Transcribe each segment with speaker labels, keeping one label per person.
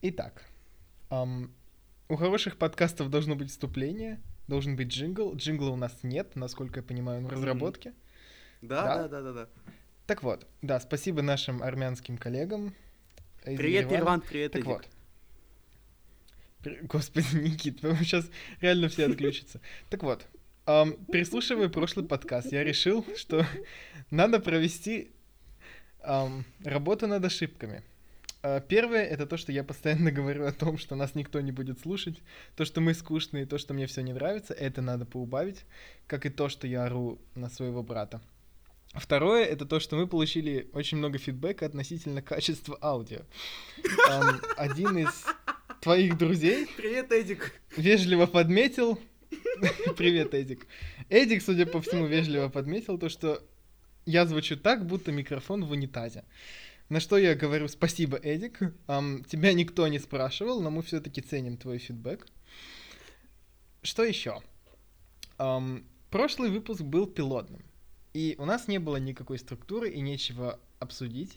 Speaker 1: Итак, у хороших подкастов должно быть вступление, должен быть джингл. Джингла у нас нет, насколько я понимаю, он в разработке.
Speaker 2: Да.
Speaker 1: Так вот, да, спасибо нашим армянским коллегам.
Speaker 2: Привет, Ерван, привет,
Speaker 1: так
Speaker 2: Эдик.
Speaker 1: Вот. Господи, Никит, сейчас реально все отключатся. Так вот, переслушивая прошлый подкаст, я решил, что надо провести работу над ошибками. Первое — это то, что я постоянно говорю о том, что нас никто не будет слушать, то, что мы скучные, то, что мне все не нравится, это надо поубавить, как и то, что я ору на своего брата. Второе — это то, что мы получили очень много фидбэка относительно качества аудио. Один из твоих друзей...
Speaker 2: Привет, Эдик.
Speaker 1: Вежливо подметил... Привет, Эдик. Эдик, судя по всему, вежливо подметил то, что я звучу так, будто микрофон в унитазе. На что я говорю: спасибо, Эдик. Тебя никто не спрашивал, но мы все-таки ценим твой фидбэк. Что еще? Прошлый выпуск был пилотным. И у нас не было никакой структуры и нечего обсудить.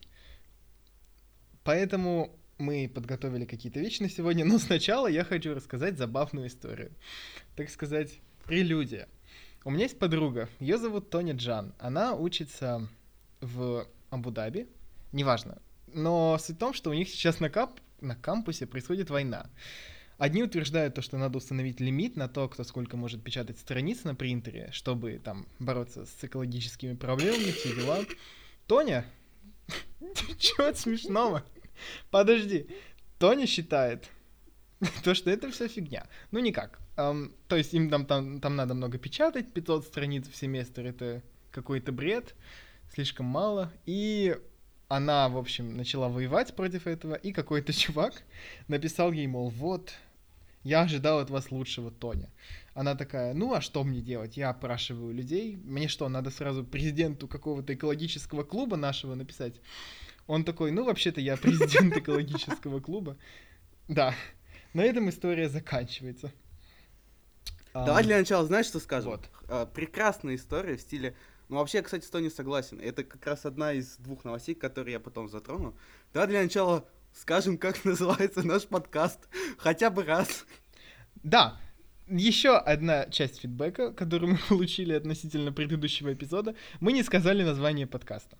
Speaker 1: Поэтому мы подготовили какие-то вещи на сегодня. Но сначала я хочу рассказать забавную историю. Так сказать, прелюдия. У меня есть подруга. Ее зовут Тоня Джан. Она учится в Абу-Даби. Неважно. Но суть в том, что у них сейчас на кампусе происходит война. Одни утверждают то, что надо установить лимит на то, кто сколько может печатать страниц на принтере, чтобы там бороться с экологическими проблемами, все дела. Тоня? Чего смешного? Подожди. Тоня считает то, что это вся фигня. Ну, никак. То есть им там надо много печатать, 500 страниц в семестр — это какой-то бред, слишком мало. И она, в общем, начала воевать против этого, и какой-то чувак написал ей, мол, вот, я ожидал от вас лучшего, Тоня. Она такая: ну а что мне делать? Я опрашиваю людей. Мне что, надо сразу президенту какого-то экологического клуба нашего написать? Он такой: ну вообще-то я президент экологического клуба. Да, на этом история заканчивается.
Speaker 2: Давай для начала, знаешь, что скажем?
Speaker 1: Вот.
Speaker 2: Прекрасная история в стиле... Ну, вообще, кстати, с Тони согласен. Это как раз одна из двух новостей, которые я потом затрону. Давай для начала скажем, как называется наш подкаст. Хотя бы раз.
Speaker 1: Да, еще одна часть фидбэка, которую мы получили относительно предыдущего эпизода. Мы не сказали название подкаста.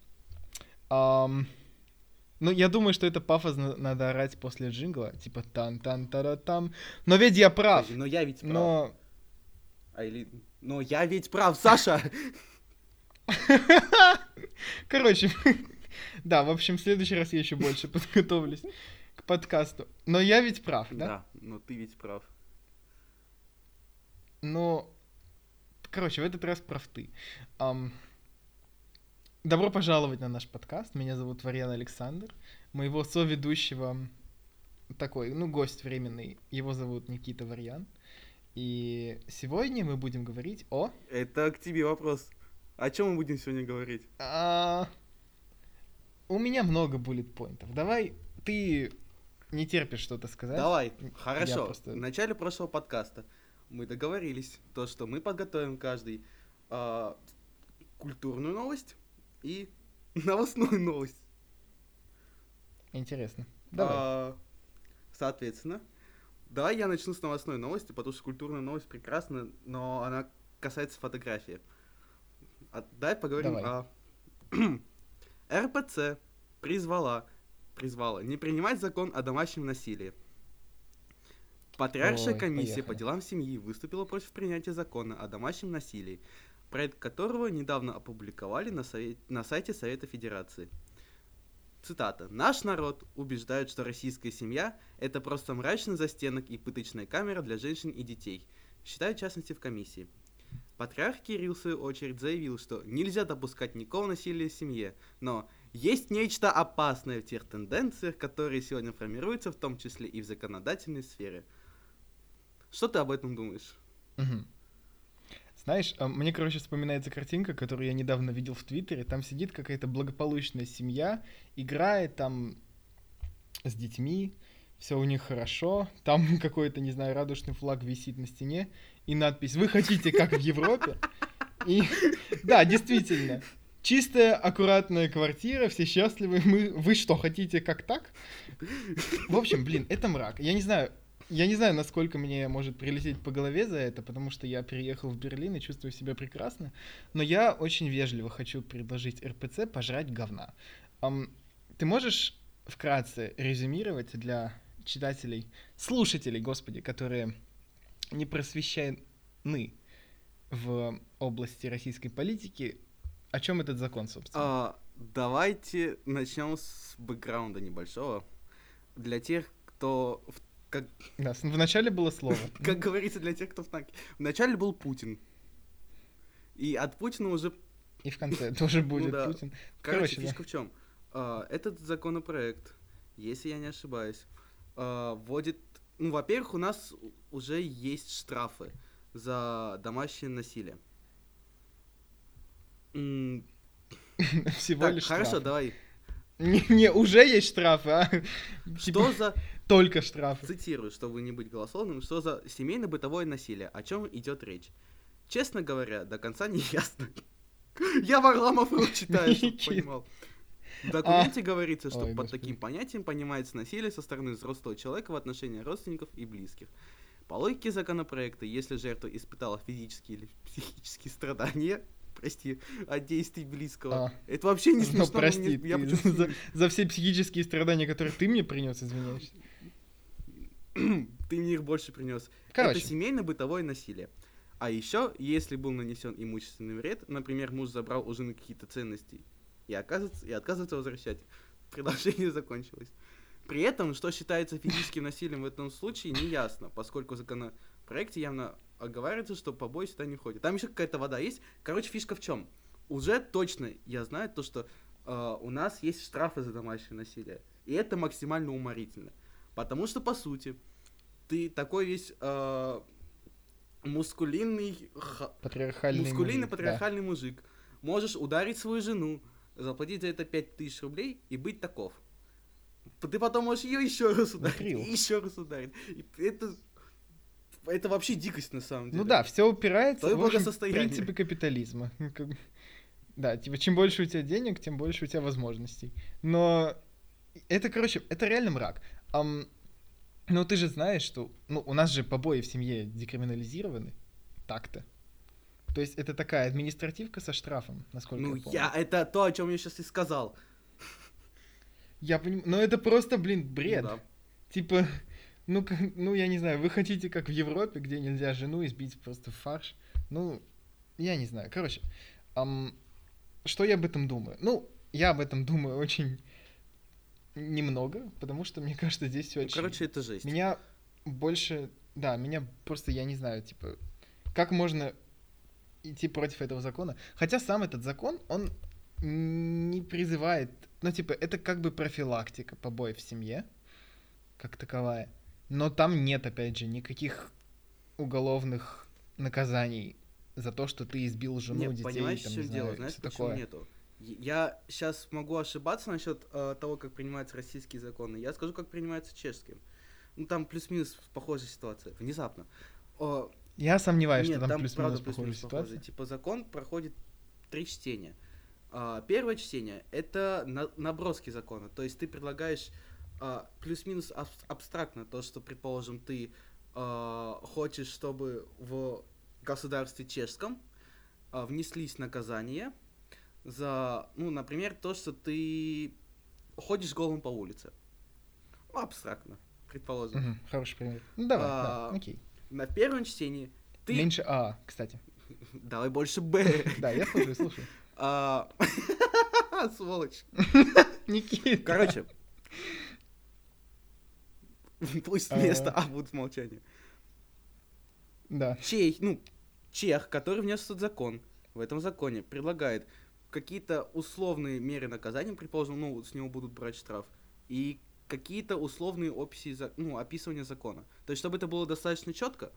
Speaker 1: Ну, я думаю, что это пафосно надо орать после джингла. Типа тан-тан-тара-там. Но ведь я прав.
Speaker 2: Но я ведь прав. Но я ведь прав, Саша!
Speaker 1: Короче, да, в общем, в следующий раз я еще больше подготовлюсь к подкасту. Но я ведь прав, да?
Speaker 2: Да, но ты ведь прав.
Speaker 1: Ну, короче, в этот раз прав ты. Добро пожаловать на наш подкаст. Меня зовут Варьян Александр. Моего соведущего, такой, ну, гость временный, его зовут Никита Варьян. И сегодня мы будем говорить о...
Speaker 2: Это к тебе вопрос. О чем мы будем сегодня говорить?
Speaker 1: У меня много буллет-поинтов. Давай, ты не терпишь что-то сказать?
Speaker 2: Давай, хорошо. В начале прошлого подкаста мы договорились, то, что мы подготовим каждый культурную новость и новостную новость.
Speaker 1: Интересно. Давай.
Speaker 2: Соответственно, давай я начну с новостной новости, потому что культурная новость прекрасна, но она касается фотографии. Давай поговорим о... РПЦ призвала не принимать закон о домашнем насилии. Патриаршая комиссия по делам семьи выступила против принятия закона о домашнем насилии, проект которого недавно опубликовали на сайте Совета Федерации. Цитата. «Наш народ убеждает, что российская семья – это просто мрачный застенок и пыточная камера для женщин и детей», считают в частности в комиссии. Патриарх Кирилл, в свою очередь, заявил, что нельзя допускать никакого насилия в семье, но есть нечто опасное в тех тенденциях, которые сегодня формируются, в том числе и в законодательной сфере. Что ты об этом думаешь?
Speaker 1: Знаешь, мне, короче, вспоминается картинка, которую я недавно видел в Твиттере. Там сидит какая-то благополучная семья, играет там с детьми, все у них хорошо. Там какой-то, не знаю, радужный флаг висит на стене, и надпись: «Вы хотите, как в Европе?» И да, действительно, чистая, аккуратная квартира, все счастливы. Вы что, хотите как так? В общем, блин, это мрак. Я не знаю, насколько мне может прилететь по голове за это, потому что я переехал в Берлин и чувствую себя прекрасно. Но я очень вежливо хочу предложить РПЦ пожрать говна. Ты можешь вкратце резюмировать для читателей, слушателей, господи, которые не просвещены в области российской политики, о чем этот закон, собственно?
Speaker 2: Давайте начнем с бэкграунда небольшого. Для тех, кто...
Speaker 1: Да, вначале было слово.
Speaker 2: Как говорится, для тех, кто в танке. Вначале был Путин. И от Путина уже...
Speaker 1: И в конце тоже будет Путин.
Speaker 2: Короче, фишка в чем? Этот законопроект, если я не ошибаюсь, вводит... Ну, во-первых, у нас уже есть штрафы за домашнее насилие.
Speaker 1: Всего лишь штрафы.
Speaker 2: Хорошо, давай.
Speaker 1: Не, уже есть штрафы, а?
Speaker 2: Что за...
Speaker 1: Только штрафы.
Speaker 2: Цитирую, чтобы не быть голословным, что за семейно-бытовое насилие, о чем идет речь. Честно говоря, до конца не ясно. Я Варламов его читаю, чтобы понимал. В документе говорится, что под таким понятием понимается насилие со стороны взрослого человека в отношении родственников и близких. По логике законопроекта, если жертва испытала физические или психические страдания, от действий близкого, это вообще не смешно.
Speaker 1: Ну, прости, за все психические страдания, которые ты мне принес, извиняюсь.
Speaker 2: Ты мне их больше принес. Это семейно-бытовое насилие. А еще, если был нанесен имущественный вред, например, муж забрал у жены какие-то ценности и отказывается возвращать, предложение закончилось. При этом, что считается физическим насилием в этом случае, не ясно, поскольку в законопроекте явно оговаривается, что побои сюда не входят. Там еще какая-то вода есть. Короче, фишка в чем? Уже точно я знаю то, что у нас есть штрафы за домашнее насилие. И это максимально уморительно. Потому что, по сути, ты такой весь мускулинный патриархальный мужик. Можешь ударить свою жену, заплатить за это 5000 рублей и быть таков. Ты потом можешь ее еще раз ударить. Это вообще дикость на самом деле.
Speaker 1: Ну да, все упирается
Speaker 2: в
Speaker 1: принципы капитализма. Да, типа, чем больше у тебя денег, тем больше у тебя возможностей. Но это, короче, это реально мрак. Ну, ты же знаешь, что... Ну, у нас же побои в семье декриминализированы. Так-то. То есть это такая административка со штрафом, насколько я помню.
Speaker 2: Это то, о чем я сейчас и сказал.
Speaker 1: Я понимаю, но это просто, блин, бред.
Speaker 2: Ну, да.
Speaker 1: Типа, ну, я не знаю, вы хотите, как в Европе, где нельзя жену избить просто в фарш? Ну, я не знаю. Короче, что я об этом думаю? Ну, я об этом думаю очень немного, потому что, мне кажется, здесь все очевидно.
Speaker 2: Короче, это жесть.
Speaker 1: Меня просто, я не знаю, типа, как можно идти против этого закона? Хотя сам этот закон, он не призывает, ну, типа, это как бы профилактика побоев в семье, как таковая. Но там нет, опять же, никаких уголовных наказаний за то, что ты избил жену, детей,
Speaker 2: понимаешь,
Speaker 1: там,
Speaker 2: в чем дело? Знаешь, почему
Speaker 1: такое.
Speaker 2: нету? Я сейчас могу ошибаться насчет того, как принимаются российские законы. Я скажу, как принимаются чешские. Ну, там плюс-минус похожая ситуация. Внезапно.
Speaker 1: Я сомневаюсь, что там плюс-минус похожая ситуация.
Speaker 2: Типа закон проходит 3 чтения. Первое чтение — это наброски закона. То есть ты предлагаешь плюс-минус абстрактно то, что, предположим, ты хочешь, чтобы в государстве чешском внеслись наказания за, ну, например, то, что ты ходишь голым по улице. Ну, абстрактно, предположим.
Speaker 1: Хороший пример. Ну, давай, да, окей.
Speaker 2: На первом чтении ты...
Speaker 1: Меньше А, кстати.
Speaker 2: Давай больше Б.
Speaker 1: Да, я слушаю.
Speaker 2: Сволочь.
Speaker 1: Никита.
Speaker 2: Короче. Пусть вместо А будет молчание.
Speaker 1: Да.
Speaker 2: Чех, который внес этот закон, в этом законе предлагает какие-то условные меры наказания, предположим, ну, с него будут брать штраф, и какие-то условные описывания закона. То есть, чтобы это было достаточно четко,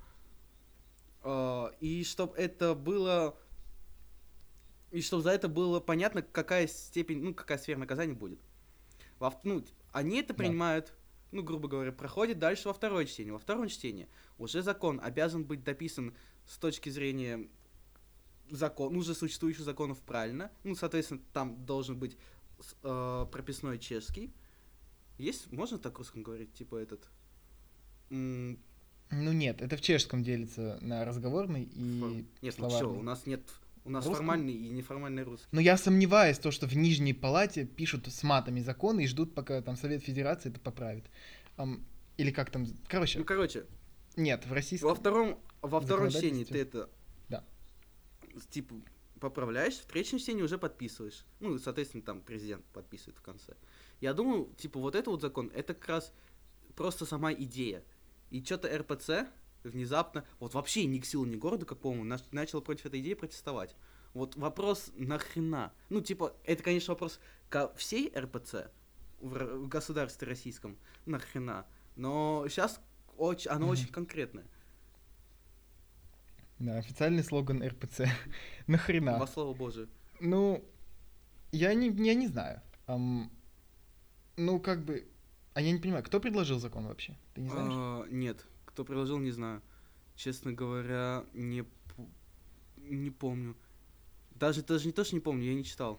Speaker 2: и чтобы это было... И чтобы за это было понятно, какая степень, какая сфера наказания будет. Они это принимают, грубо говоря, проходит дальше во второе чтение. Во втором чтении уже закон обязан быть дописан с точки зрения закон, уже существующих законов правильно. Ну, соответственно, там должен быть прописной чешский. Есть, можно так русском говорить, типа этот...
Speaker 1: Ну нет, это в чешском делится на разговорный и
Speaker 2: Нет, ну
Speaker 1: словарный.
Speaker 2: что, у нас нет... У нас
Speaker 1: Русском?
Speaker 2: формальный и неформальный русский.
Speaker 1: Но я сомневаюсь, то, что в Нижней Палате пишут с матами законы и ждут, пока там Совет Федерации это поправит. Или как там... Короче,
Speaker 2: Ну, короче,
Speaker 1: нет, в российском...
Speaker 2: во втором чтении
Speaker 1: законодательстве-
Speaker 2: ты это...
Speaker 1: Да.
Speaker 2: Типа, поправляешь, в третьем чтении уже подписываешь. Ну, и, соответственно, там президент подписывает в конце. Я думаю, типа, вот это вот закон, это как раз просто сама идея. И что-то РПЦ внезапно, вот вообще ни к силу, ни к городу какому, начал против этой идеи протестовать. Вот вопрос нахрена? Ну, типа, это, конечно, вопрос ко всей РПЦ в государстве российском, нахрена. Но сейчас оно очень конкретное.
Speaker 1: Да, официальный слоган РПЦ. Нахрена?
Speaker 2: Во слава Божие.
Speaker 1: Ну, я не знаю. Ну, как бы... А я не понимаю, кто предложил закон вообще? Ты не знаешь?
Speaker 2: Нет, кто предложил, не знаю. Честно говоря, не помню. Даже не то, что не помню, я не читал.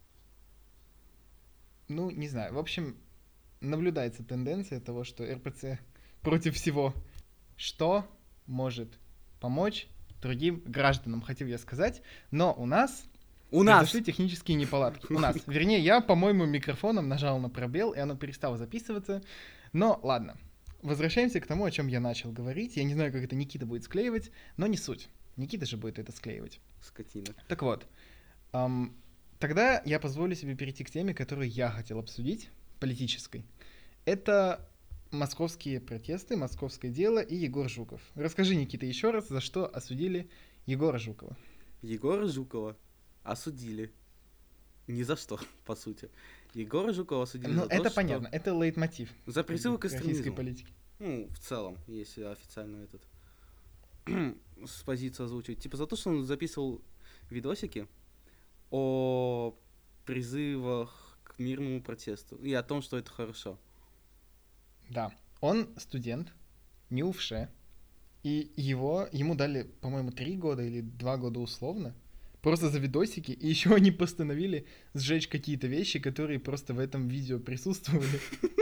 Speaker 1: Ну, не знаю. В общем, наблюдается тенденция того, что РПЦ против всего, что может помочь другим гражданам, хотел я сказать. Но у нас произошли технические неполадки. У нас. Вернее, я, по-моему, микрофоном нажал на пробел, и оно перестало записываться. Но ладно. Возвращаемся к тому, о чем я начал говорить. Я не знаю, как это Никита будет склеивать, но не суть. Никита же будет это склеивать.
Speaker 2: Скотина.
Speaker 1: Так вот. Тогда я позволю себе перейти к теме, которую я хотел обсудить, политической. Это московские протесты, московское дело и Егор Жуков. Расскажи, Никита, еще раз, за что осудили Егора Жукова.
Speaker 2: Егора Жукова осудили. Ни за что, по сути. Егора Жукова осудили
Speaker 1: Ну,
Speaker 2: за
Speaker 1: это
Speaker 2: то,
Speaker 1: понятно, это лейтмотив.
Speaker 2: За призывы к
Speaker 1: российской
Speaker 2: экстремизму.
Speaker 1: политики.
Speaker 2: Ну, в целом, если официально этот с позиции озвучивать. Типа за то, что он записывал видосики о призывах к мирному протесту и о том, что это хорошо.
Speaker 1: Да, он студент, НИУФШ, и ему дали, по-моему, 3 года или 2 года условно, просто за видосики, и еще они постановили сжечь какие-то вещи, которые просто в этом видео присутствовали.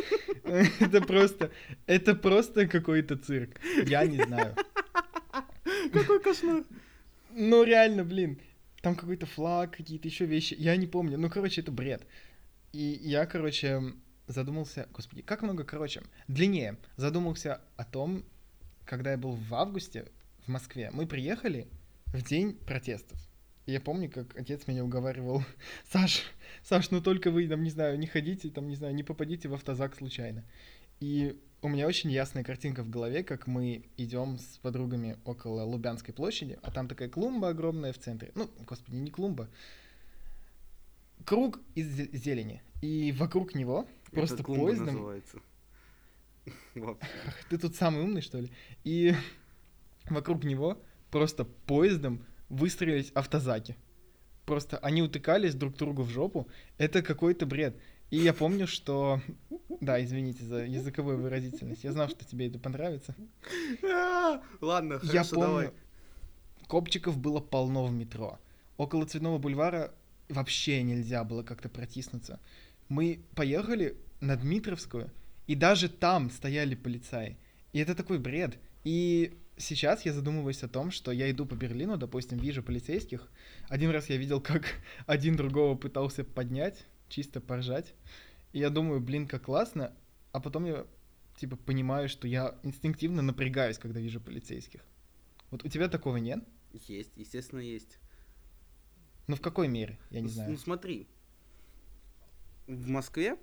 Speaker 1: Это просто какой-то цирк. Я не знаю.
Speaker 2: Какой кошмар.
Speaker 1: Ну, реально, блин. Там какой-то флаг, какие-то еще вещи. Я не помню. Ну, короче, это бред. И я, задумался... Господи, как много, длиннее. Задумался о том, когда я был в августе в Москве. Мы приехали в день протестов. И я помню, как отец меня уговаривал: Саш, ну только вы, там, не знаю, не ходите, там, не знаю, не попадите в автозак случайно. И у меня очень ясная картинка в голове, как мы идем с подругами около Лубянской площади, а там такая клумба огромная в центре. Ну, господи, не клумба. Круг из зелени. И вокруг него просто
Speaker 2: это клумба
Speaker 1: поездом...
Speaker 2: называется.
Speaker 1: Ты тут самый умный, что ли? И вокруг него просто поездом выстроились автозаки. Просто они утыкались друг другу в жопу. Это какой-то бред. И я помню, что... Да, извините за языковую выразительность. Я знал, что тебе это понравится.
Speaker 2: Ладно,
Speaker 1: Я
Speaker 2: хорошо,
Speaker 1: помню,
Speaker 2: давай.
Speaker 1: копчиков было полно в метро. Около Цветного бульвара вообще нельзя было как-то протиснуться. Мы поехали на Дмитровскую, и даже там стояли полицаи. И это такой бред. И сейчас я задумываюсь о том, что я иду по Берлину, допустим, вижу полицейских. Один раз я видел, как один другого пытался поднять, чисто поржать. И я думаю, блин, как классно. А потом я, понимаю, что я инстинктивно напрягаюсь, когда вижу полицейских. Вот у тебя такого нет?
Speaker 2: Есть, естественно, есть.
Speaker 1: Ну, в какой мере? Я не знаю.
Speaker 2: Ну, смотри. В Москве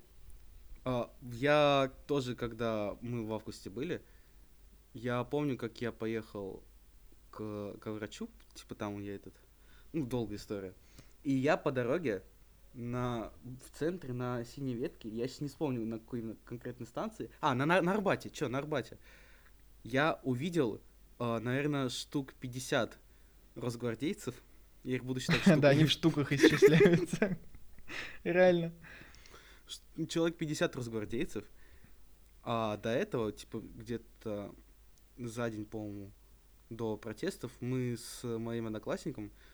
Speaker 2: я тоже, когда мы в августе были, я помню, как я поехал к врачу, там я долгая история. И я по дороге в центре на Синей Ветке, я сейчас не вспомню, на какой именно конкретной станции. На Арбате, на Арбате. Я увидел, наверное, штук 50 росгвардейцев. Я их буду считать штуками.
Speaker 1: Да, они в штуках исчисляются. Реально.
Speaker 2: Человек 50 росгвардейцев. А до этого, где-то за день, по-моему, до протестов, мы с моим одноклассником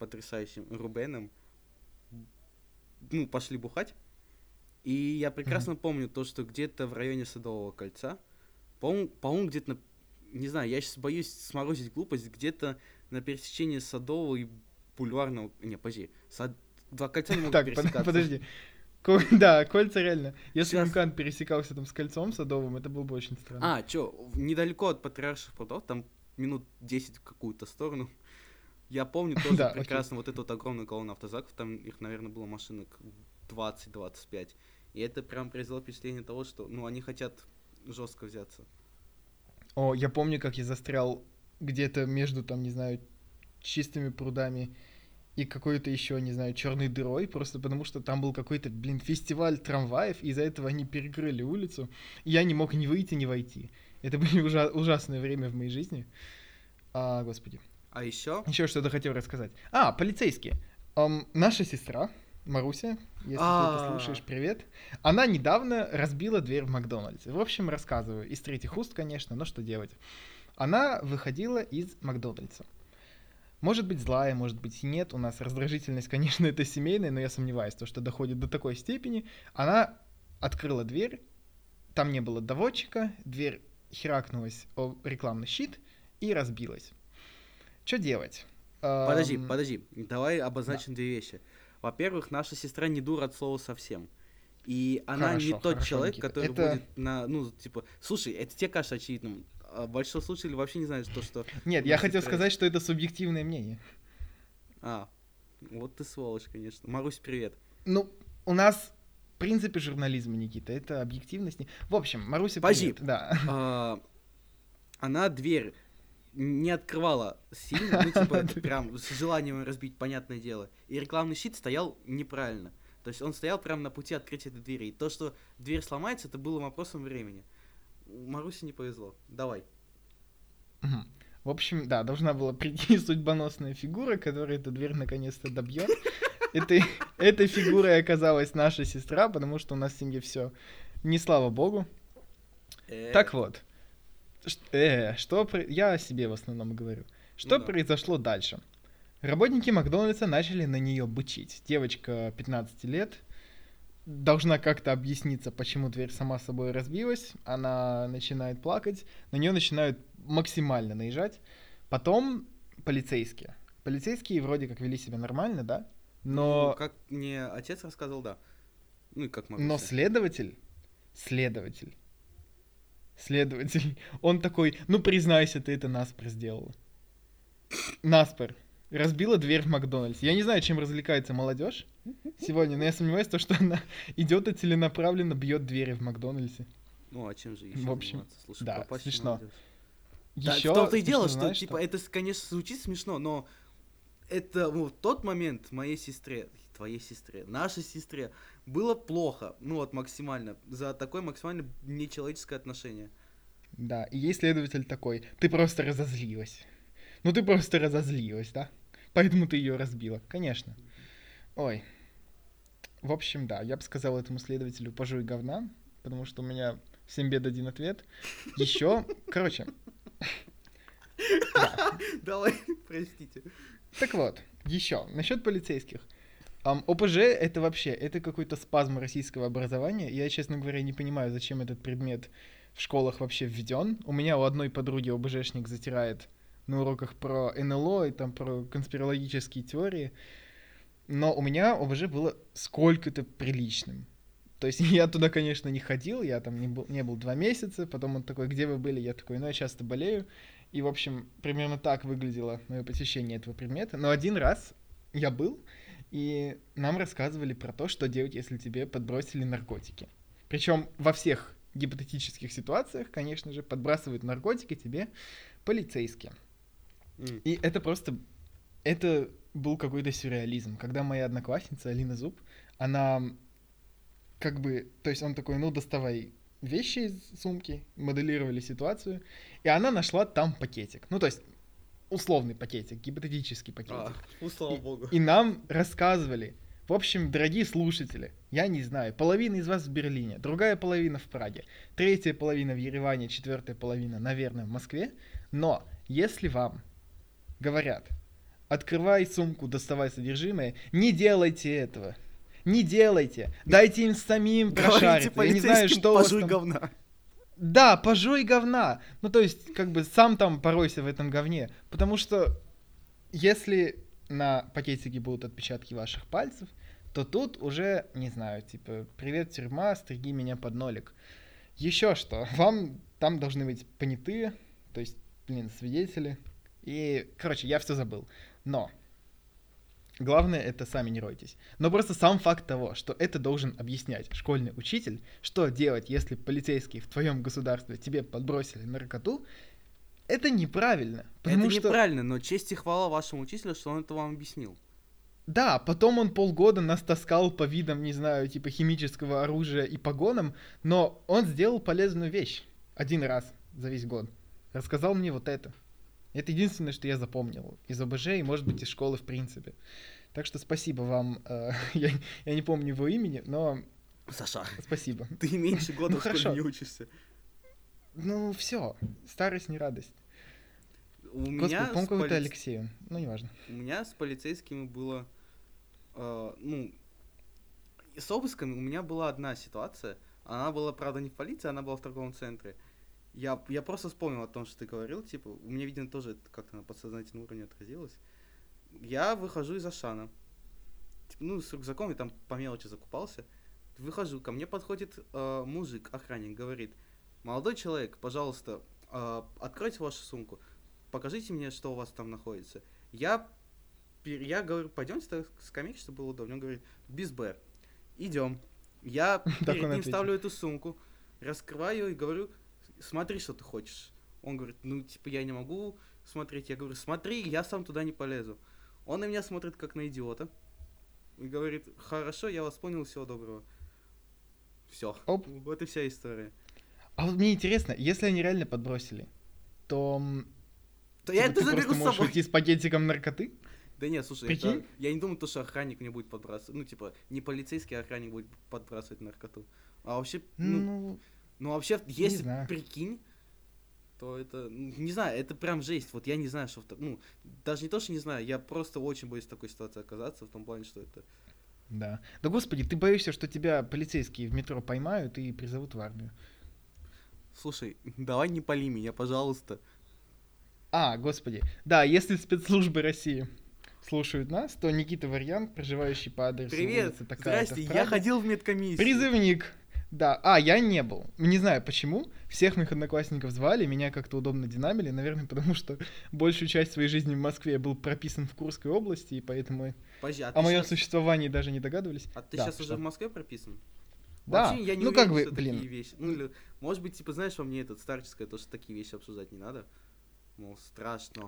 Speaker 2: потрясающим Рубеном, ну, пошли бухать. И я прекрасно помню то, что где-то в районе Садового кольца, по-моему, где-то, не знаю, я сейчас боюсь сморозить глупость, где-то на пересечении Садового и Бульварного, не, подожди, два кольца не могут
Speaker 1: Так,
Speaker 2: пересекаться.
Speaker 1: подожди. Да, кольца реально. Если
Speaker 2: Сейчас.
Speaker 1: МКАД пересекался там с кольцом Садовым, это было бы очень странно.
Speaker 2: Недалеко от Патриарших прудов, там минут 10 в какую-то сторону. Я помню тоже
Speaker 1: Да,
Speaker 2: прекрасно вот эту вот огромную колонну автозаков, там их, наверное, было машинок 20-25. И это прям произвело впечатление того, что, ну, они хотят жестко взяться.
Speaker 1: О, я помню, как я застрял где-то между, там, не знаю, чистыми прудами и какой-то еще, не знаю, черной дырой, просто потому что там был какой-то, фестиваль трамваев, и из-за этого они перекрыли улицу, и я не мог ни выйти, ни войти. Это были ужасное время в моей жизни. Господи.
Speaker 2: А еще?
Speaker 1: Еще что-то хотел рассказать. Полицейские. Наша сестра, Маруся, если ты это слушаешь, привет. Она недавно разбила дверь в Макдональдсе. В общем, рассказываю. Из третьих уст, конечно, но что делать. Она выходила из Макдональдса. Может быть злая, может быть и нет. У нас раздражительность, конечно, это семейная, но я сомневаюсь, что доходит до такой степени. Она открыла дверь, там не было доводчика, дверь херакнулась о рекламный щит и разбилась. Что делать?
Speaker 2: Подожди, давай обозначим две вещи. Во-первых, наша сестра не дура от слова совсем. И она не тот человек,
Speaker 1: Никита.
Speaker 2: который будет слушай, это тебе кажется очевидным. А большинство слушателей вообще не знают, что...
Speaker 1: Нет, я хотел сказать, что это субъективное мнение.
Speaker 2: Вот ты сволочь, конечно. Марусь, привет.
Speaker 1: Ну, у нас в принципе журнализм, Никита, это объективность. В общем, Маруся,
Speaker 2: привет.
Speaker 1: Да.
Speaker 2: Она дверь не открывала сильно, прям с желанием разбить, понятное дело. И рекламный щит стоял неправильно. То есть он стоял прямо на пути открытия этой двери. И то, что дверь сломается, это было вопросом времени. Марусе не повезло. Давай.
Speaker 1: В общем, да, должна была прийти судьбоносная фигура, которая эту дверь наконец-то добьет. Этой фигурой оказалась наша сестра, потому что у нас в семье все не слава богу. Так вот. Я о себе в основном говорю. Что произошло дальше? Работники Макдональдса начали на нее бычить. Девочка 15 лет должна как-то объясниться, почему дверь сама собой разбилась. Она начинает плакать. На нее начинают максимально наезжать. Потом полицейские. Полицейские вроде как вели себя нормально, да? Но...
Speaker 2: как мне отец рассказывал, да. Ну и как могу.
Speaker 1: Но следователь, он такой, признайся, ты это наспор сделала. Наспор. Разбила дверь в Макдональдсе. Я не знаю, чем развлекается молодежь сегодня, но я сомневаюсь, что она идет и целенаправленно бьет двери в Макдональдсе.
Speaker 2: Ну, а чем же еще?
Speaker 1: В общем,
Speaker 2: слушай,
Speaker 1: да, смешно.
Speaker 2: Еще в том-то и дело, что, это, конечно, звучит смешно, но это в тот момент моей сестре, твоей сестре, нашей сестре было плохо, максимально, за такое максимально нечеловеческое отношение.
Speaker 1: Да, и ей следователь такой, ты просто разозлилась. Да? Поэтому ты ее разбила. Конечно. Ой. В общем, да, я бы сказал этому следователю, пожуй говна, потому что у меня 7 бед, 1 ответ. Еще,
Speaker 2: Давай, простите.
Speaker 1: Так вот, еще, насчет полицейских. ОПЖ это вообще, это какой-то спазм российского образования. Я, честно говоря, не понимаю, зачем этот предмет в школах вообще введен. У меня у одной подруги ОБЖшник затирает на уроках про НЛО и там про конспирологические теории. Но у меня ОБЖ было сколько-то приличным. То есть я туда, конечно, не ходил, я там не был 2 месяца, потом он такой, где вы были? Я такой, я часто болею. И, в общем, примерно так выглядело мое посещение этого предмета. Но один раз я был, и нам рассказывали про то, что делать, если тебе подбросили наркотики. Причем во всех гипотетических ситуациях, конечно же, подбрасывают наркотики тебе полицейские. И это просто... Это был какой-то сюрреализм. Когда моя одноклассница Алина Зуб, она то есть он такой, доставай вещи из сумки, моделировали ситуацию, и она нашла там пакетик. То есть условный пакетик, гипотетический пакетик.
Speaker 2: Слава богу.
Speaker 1: И нам рассказывали, в общем, дорогие слушатели, я не знаю, половина из вас в Берлине, другая половина в Праге, третья половина в Ереване, четвертая половина, наверное, в Москве, но если вам говорят, открывай сумку, доставай содержимое. Не делайте этого. Не делайте. Дайте им самим
Speaker 2: Говорите
Speaker 1: прошариться. Я не знаю,
Speaker 2: полицейским,
Speaker 1: что у вас
Speaker 2: пожуй
Speaker 1: там...
Speaker 2: говна.
Speaker 1: Да, пожуй говна. Ну, то есть, как бы сам там поройся в этом говне. Потому что если на пакетике будут отпечатки ваших пальцев, то тут уже, не знаю, типа, привет, тюрьма, стриги меня под нолик. Еще что, вам там должны быть понятые, то есть, блин, свидетели. И, короче, я все забыл. Но главное, это сами не ройтесь. Но просто сам факт того, что это должен объяснять школьный учитель, что делать, если полицейские в твоем государстве тебе подбросили наркоту, это неправильно. Потому
Speaker 2: Это
Speaker 1: что,
Speaker 2: неправильно, но честь и хвала вашему учителю, что он это вам объяснил.
Speaker 1: да, потом он полгода нас таскал по видам, не знаю, типа химического оружия и погонам, но он сделал полезную вещь один раз за весь год. Рассказал мне вот это. Это единственное, что я запомнил из ОБЖ и, может быть, из школы в принципе. Так что спасибо вам. Я не помню его имени, но
Speaker 2: Саша,
Speaker 1: спасибо.
Speaker 2: ты меньше года
Speaker 1: Ну,
Speaker 2: в школе
Speaker 1: хорошо.
Speaker 2: не учишься.
Speaker 1: Ну, все. Старость не радость.
Speaker 2: У
Speaker 1: Господи,
Speaker 2: меня,
Speaker 1: по-моему,
Speaker 2: с
Speaker 1: какой-то
Speaker 2: поли-
Speaker 1: Алексею. Ну, неважно.
Speaker 2: у меня с полицейскими было... ну, и с обысками у меня была одна ситуация. Она была, правда, не в полиции, она была в торговом центре. Я просто вспомнил о том, что ты говорил, типа, у меня, видимо, тоже это как-то на подсознательном уровне отразилось. Я выхожу из Ашана. Типа, ну, с рюкзаком, я там по мелочи закупался. Выхожу, ко мне подходит мужик, охранник, говорит: молодой человек, пожалуйста, откройте вашу сумку, покажите мне, что у вас там находится. Я говорю, пойдемте так скамейки, чтобы было удобно. Он говорит: без Б. Идем. Я
Speaker 1: Так
Speaker 2: перед
Speaker 1: он
Speaker 2: ним
Speaker 1: ответил.
Speaker 2: ставлю эту сумку, раскрываю и говорю: смотри, что ты хочешь. Он говорит: ну, типа, я не могу смотреть. Я говорю: смотри, я сам туда не полезу. Он на меня смотрит как на идиота и говорит: хорошо, я вас понял, всего доброго. Все.
Speaker 1: Оп.
Speaker 2: Вот и вся история.
Speaker 1: А вот мне интересно, если они реально подбросили, то
Speaker 2: То
Speaker 1: типа,
Speaker 2: я это
Speaker 1: ты
Speaker 2: заберу
Speaker 1: просто
Speaker 2: с
Speaker 1: можешь
Speaker 2: собой.
Speaker 1: уйти с пакетиком наркоты?
Speaker 2: Да нет, слушай,
Speaker 1: Прикинь?
Speaker 2: это... я не думаю, то, что охранник мне будет подбрасывать. Ну, типа, не полицейский охранник будет подбрасывать наркоту. А вообще,
Speaker 1: Ну,
Speaker 2: вообще, если
Speaker 1: знаю.
Speaker 2: прикинь, то это, не знаю, это прям жесть. Вот я не знаю, что... даже не то, что не знаю, я просто очень боюсь в такой ситуации оказаться, в том плане, что это...
Speaker 1: Да. Да господи, ты боишься, что тебя полицейские в метро поймают и призовут в армию.
Speaker 2: Слушай, давай не пали меня, пожалуйста.
Speaker 1: А, господи. Да, если спецслужбы России слушают нас, то Никита Варьян, проживающий по адресу
Speaker 2: Привет,
Speaker 1: улица такая-то
Speaker 2: здрасте,
Speaker 1: в
Speaker 2: я
Speaker 1: Праге,
Speaker 2: ходил в медкомиссию.
Speaker 1: призывник. Да, я не был. Не знаю почему. Всех моих одноклассников звали, меня как-то удобно динамили. Наверное, потому что большую часть своей жизни в Москве я был прописан в Курской области, и поэтому
Speaker 2: Подожди,
Speaker 1: о моем существовании даже не догадывались.
Speaker 2: А ты
Speaker 1: Да,
Speaker 2: сейчас
Speaker 1: что?
Speaker 2: уже в Москве прописан?
Speaker 1: Да,
Speaker 2: Вообще, я не
Speaker 1: ну
Speaker 2: уверен,
Speaker 1: как бы,
Speaker 2: что
Speaker 1: блин.
Speaker 2: такие вещи... Ну, или, может быть, типа, знаешь, во мне этот старческое, то, что такие вещи обсуждать не надо. Мол, страшно.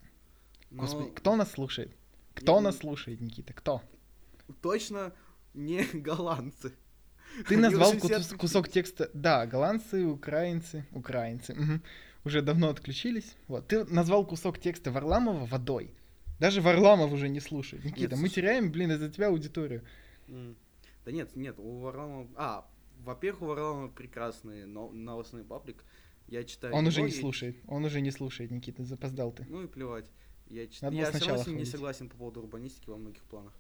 Speaker 2: Но
Speaker 1: Господи, кто нас слушает?
Speaker 2: Я
Speaker 1: Кто
Speaker 2: не-
Speaker 1: нас слушает, Никита? Кто?
Speaker 2: точно не голландцы.
Speaker 1: Ты
Speaker 2: Они
Speaker 1: назвал
Speaker 2: уже все отключились.
Speaker 1: кусок текста. Да, голландцы, украинцы. Мгм. Уже давно отключились. Вот. Ты назвал кусок текста Варламова водой. Даже Варламов уже не слушает. Никита, мы
Speaker 2: слушай.
Speaker 1: теряем, блин, из-за тебя аудиторию.
Speaker 2: Да нет, у Варламова... во-первых, у Варламова прекрасный новостной паблик. Я читаю
Speaker 1: Он
Speaker 2: его,
Speaker 1: уже не слушает. Он уже не слушает, Никита, запоздал ты.
Speaker 2: Ну и плевать. Я
Speaker 1: Надо было
Speaker 2: все равно
Speaker 1: сначала
Speaker 2: с ним не
Speaker 1: хвалить.
Speaker 2: согласен по поводу урбанистики во многих планах.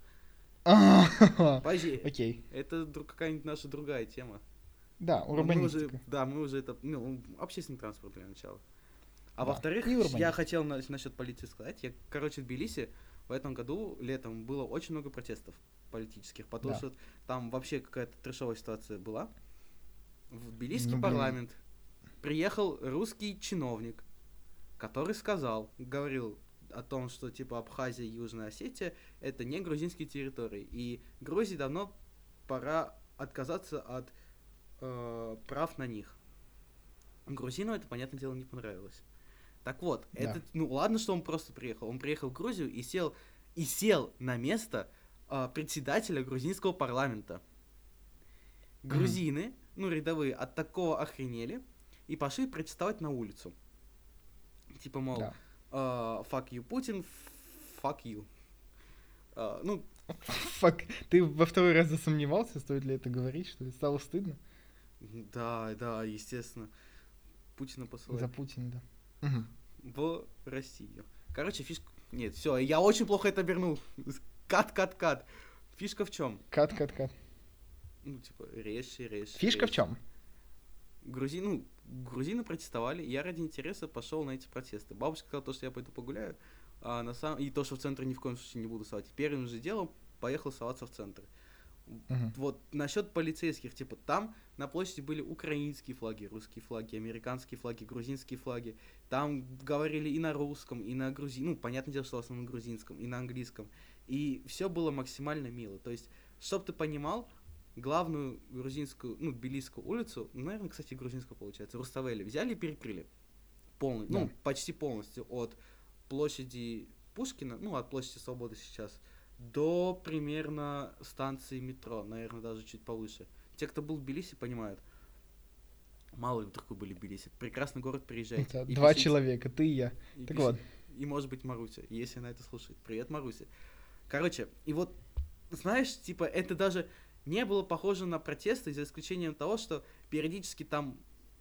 Speaker 1: А,
Speaker 2: Подожди,
Speaker 1: Окей.
Speaker 2: это какая-нибудь наша другая тема.
Speaker 1: Да,
Speaker 2: Но мы уже,
Speaker 1: урбанистика.
Speaker 2: мы уже это, общественный транспорт для начала. А
Speaker 1: Да,
Speaker 2: во-вторых,
Speaker 1: и
Speaker 2: я
Speaker 1: урбанистика.
Speaker 2: хотел насчет полиции сказать. В Тбилиси в этом году летом было очень много протестов политических, потому
Speaker 1: Да.
Speaker 2: что там вообще какая-то трешовая ситуация была. В Тбилисский
Speaker 1: Ну, блин.
Speaker 2: парламент приехал русский чиновник, который говорил о том, что типа Абхазия и Южная Осетия это не грузинские территории, и Грузии давно пора отказаться от прав на них. Грузину это, понятное дело, не понравилось. Так вот,
Speaker 1: Да.
Speaker 2: ладно, что он просто приехал. Он приехал в Грузию и сел на место председателя грузинского парламента. Грузины, рядовые, от такого охренели и пошли протестовать на улицу. Типа, мол,
Speaker 1: Да.
Speaker 2: fuck you, Путин, fuck you.
Speaker 1: Фак, ты во второй раз засомневался, стоит ли это говорить, что ли? Стало стыдно?
Speaker 2: Да, естественно. Путина посылать
Speaker 1: За Путина, да. Мгм.
Speaker 2: в Россию. Короче, Нет, все, я очень плохо это обернул. Кат. Фишка в чем?
Speaker 1: Кат.
Speaker 2: Ну, типа, режь.
Speaker 1: Фишка в чем?
Speaker 2: Грузины протестовали, и я ради интереса пошел на эти протесты. Бабушка сказала то, что я пойду погуляю, и то, что в центр ни в коем случае не буду совать. И первым же делом поехал соваться в центр. Вот насчет полицейских, типа, там на площади были украинские флаги, русские флаги, американские флаги, грузинские флаги. Там говорили и на русском, и на грузинском, понятное дело, что в основном на грузинском, и на английском. И все было максимально мило. То есть, чтоб ты понимал, главную грузинскую, тбилисскую улицу, наверное, кстати, грузинскую получается, Руставели, взяли и перекрыли. Почти полностью от площади Пушкина, от площади Свободы сейчас, до примерно станции метро, наверное, даже чуть повыше. Те, кто был в Тбилиси, понимают. Мало ли вдруг вы были в Тбилиси. Прекрасный город, приезжайте.
Speaker 1: Это два человека, ты и я. Так вот.
Speaker 2: И, может быть, Маруся, если она это слушает. Привет, Маруся. Короче, и вот, знаешь, типа, это даже не было похоже на протесты, за исключением того, что периодически там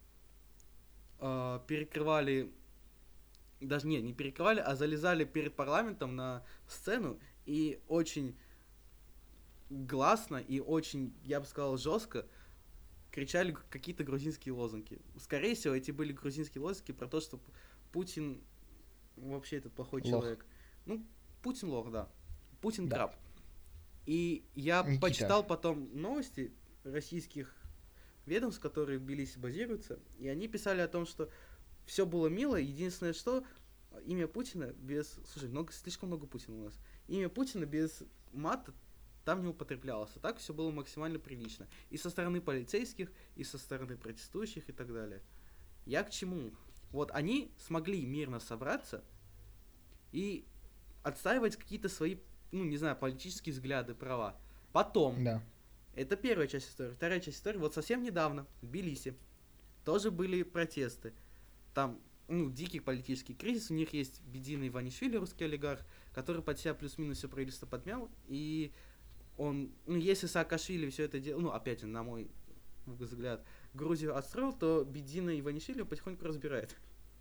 Speaker 2: перекрывали, даже не перекрывали, а залезали перед парламентом на сцену и очень гласно и очень, я бы сказал, жестко кричали какие-то грузинские лозунги. Скорее всего, эти были грузинские лозунги про то, что Путин вообще этот плохой человек. Путин лох, да. Путин краб. И я почитал потом новости российских ведомств, которые в Тбилиси базируются, и они писали о том, что все было мило, единственное, что имя Путина без... Слушай, слишком много Путина у нас. Имя Путина без мата там не употреблялось, а так все было максимально прилично. И со стороны полицейских, и со стороны протестующих, и так далее. Я к чему? Вот они смогли мирно собраться и отстаивать какие-то свои, политические взгляды, права. Потом, это первая часть истории. Вторая часть истории, вот совсем недавно в Тбилиси тоже были протесты. Там, дикий политический кризис, у них есть Бедина Иванишвили, русский олигарх, который под себя плюс-минус все правительство подмял, и он, если Саакашвили все это делал, опять же, на мой взгляд, Грузию отстроил, то Бедина Иванишвили потихоньку разбирает.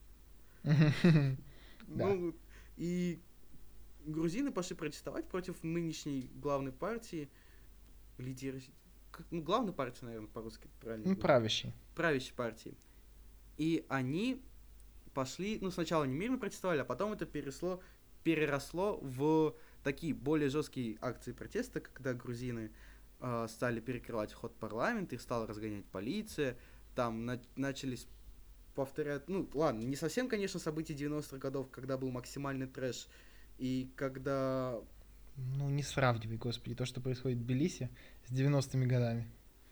Speaker 2: И грузины пошли протестовать против нынешней главной партии, лидера, главной партии, наверное, по-русски правильно.
Speaker 1: Правящей.
Speaker 2: Правящей партии. И они пошли, сначала они мирно протестовали, а потом это переросло в такие более жесткие акции протеста, когда грузины стали перекрывать вход в парламент, их стала разгонять полиция, там начались повторять, не совсем, конечно, события 90-х годов, когда был максимальный трэш, и когда...
Speaker 1: не сравнивай, господи, то, что происходит в Тбилиси с 90-ми годами.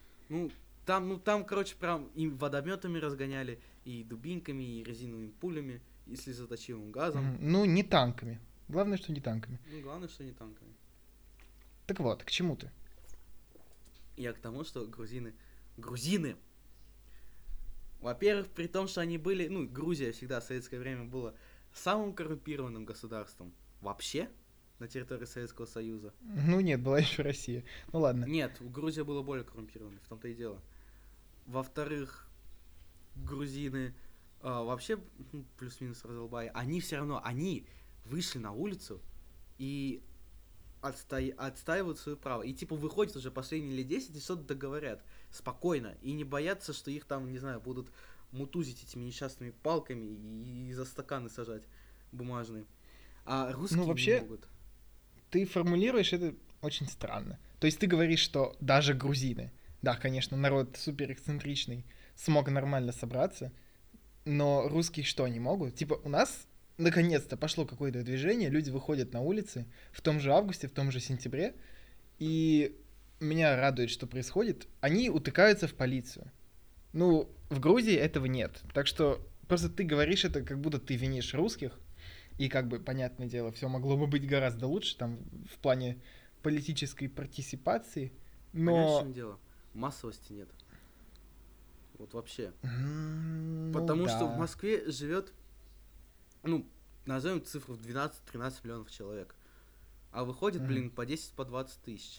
Speaker 2: Там, короче, прям и водометами разгоняли, и дубинками, и резиновыми пулями, и слезоточивым газом.
Speaker 1: Не танками. Главное, что не танками.
Speaker 2: Главное, что не танками.
Speaker 1: Так вот, к чему ты?
Speaker 2: Я к тому, что грузины, во-первых, при том, что они были, Грузия всегда в советское время была самым коррумпированным государством вообще на территории Советского Союза.
Speaker 1: Нет, была еще Россия. Ладно.
Speaker 2: Нет, Грузия была более коррумпированной, в том-то и дело. Во-вторых, грузины вообще плюс-минус раздолбая, они все равно, они вышли на улицу и отстаивают свое право. И выходят уже последние лет 10 и что-то договорят спокойно. И не боятся, что их там, не знаю, будут мутузить этими несчастными палками и за стаканы сажать бумажные. А русские
Speaker 1: вообще,
Speaker 2: не могут.
Speaker 1: Ты формулируешь это очень странно. То есть ты говоришь, что даже грузины, да, конечно, народ супер эксцентричный, смог нормально собраться, но русские что, не могут? У нас наконец-то пошло какое-то движение, люди выходят на улицы в том же августе, в том же сентябре, и меня радует, что происходит, они утыкаются в полицию. В Грузии этого нет. Так что просто ты говоришь это, как будто ты винишь русских, и понятное дело, все могло бы быть гораздо лучше, там, в плане политической партиципации, но...
Speaker 2: Понимаешь, в чем дело? Массовости нет. Вот вообще. Потому что в Москве живет, назовем цифру в 12-13 миллионов человек. А выходит, по 10-20 тысяч.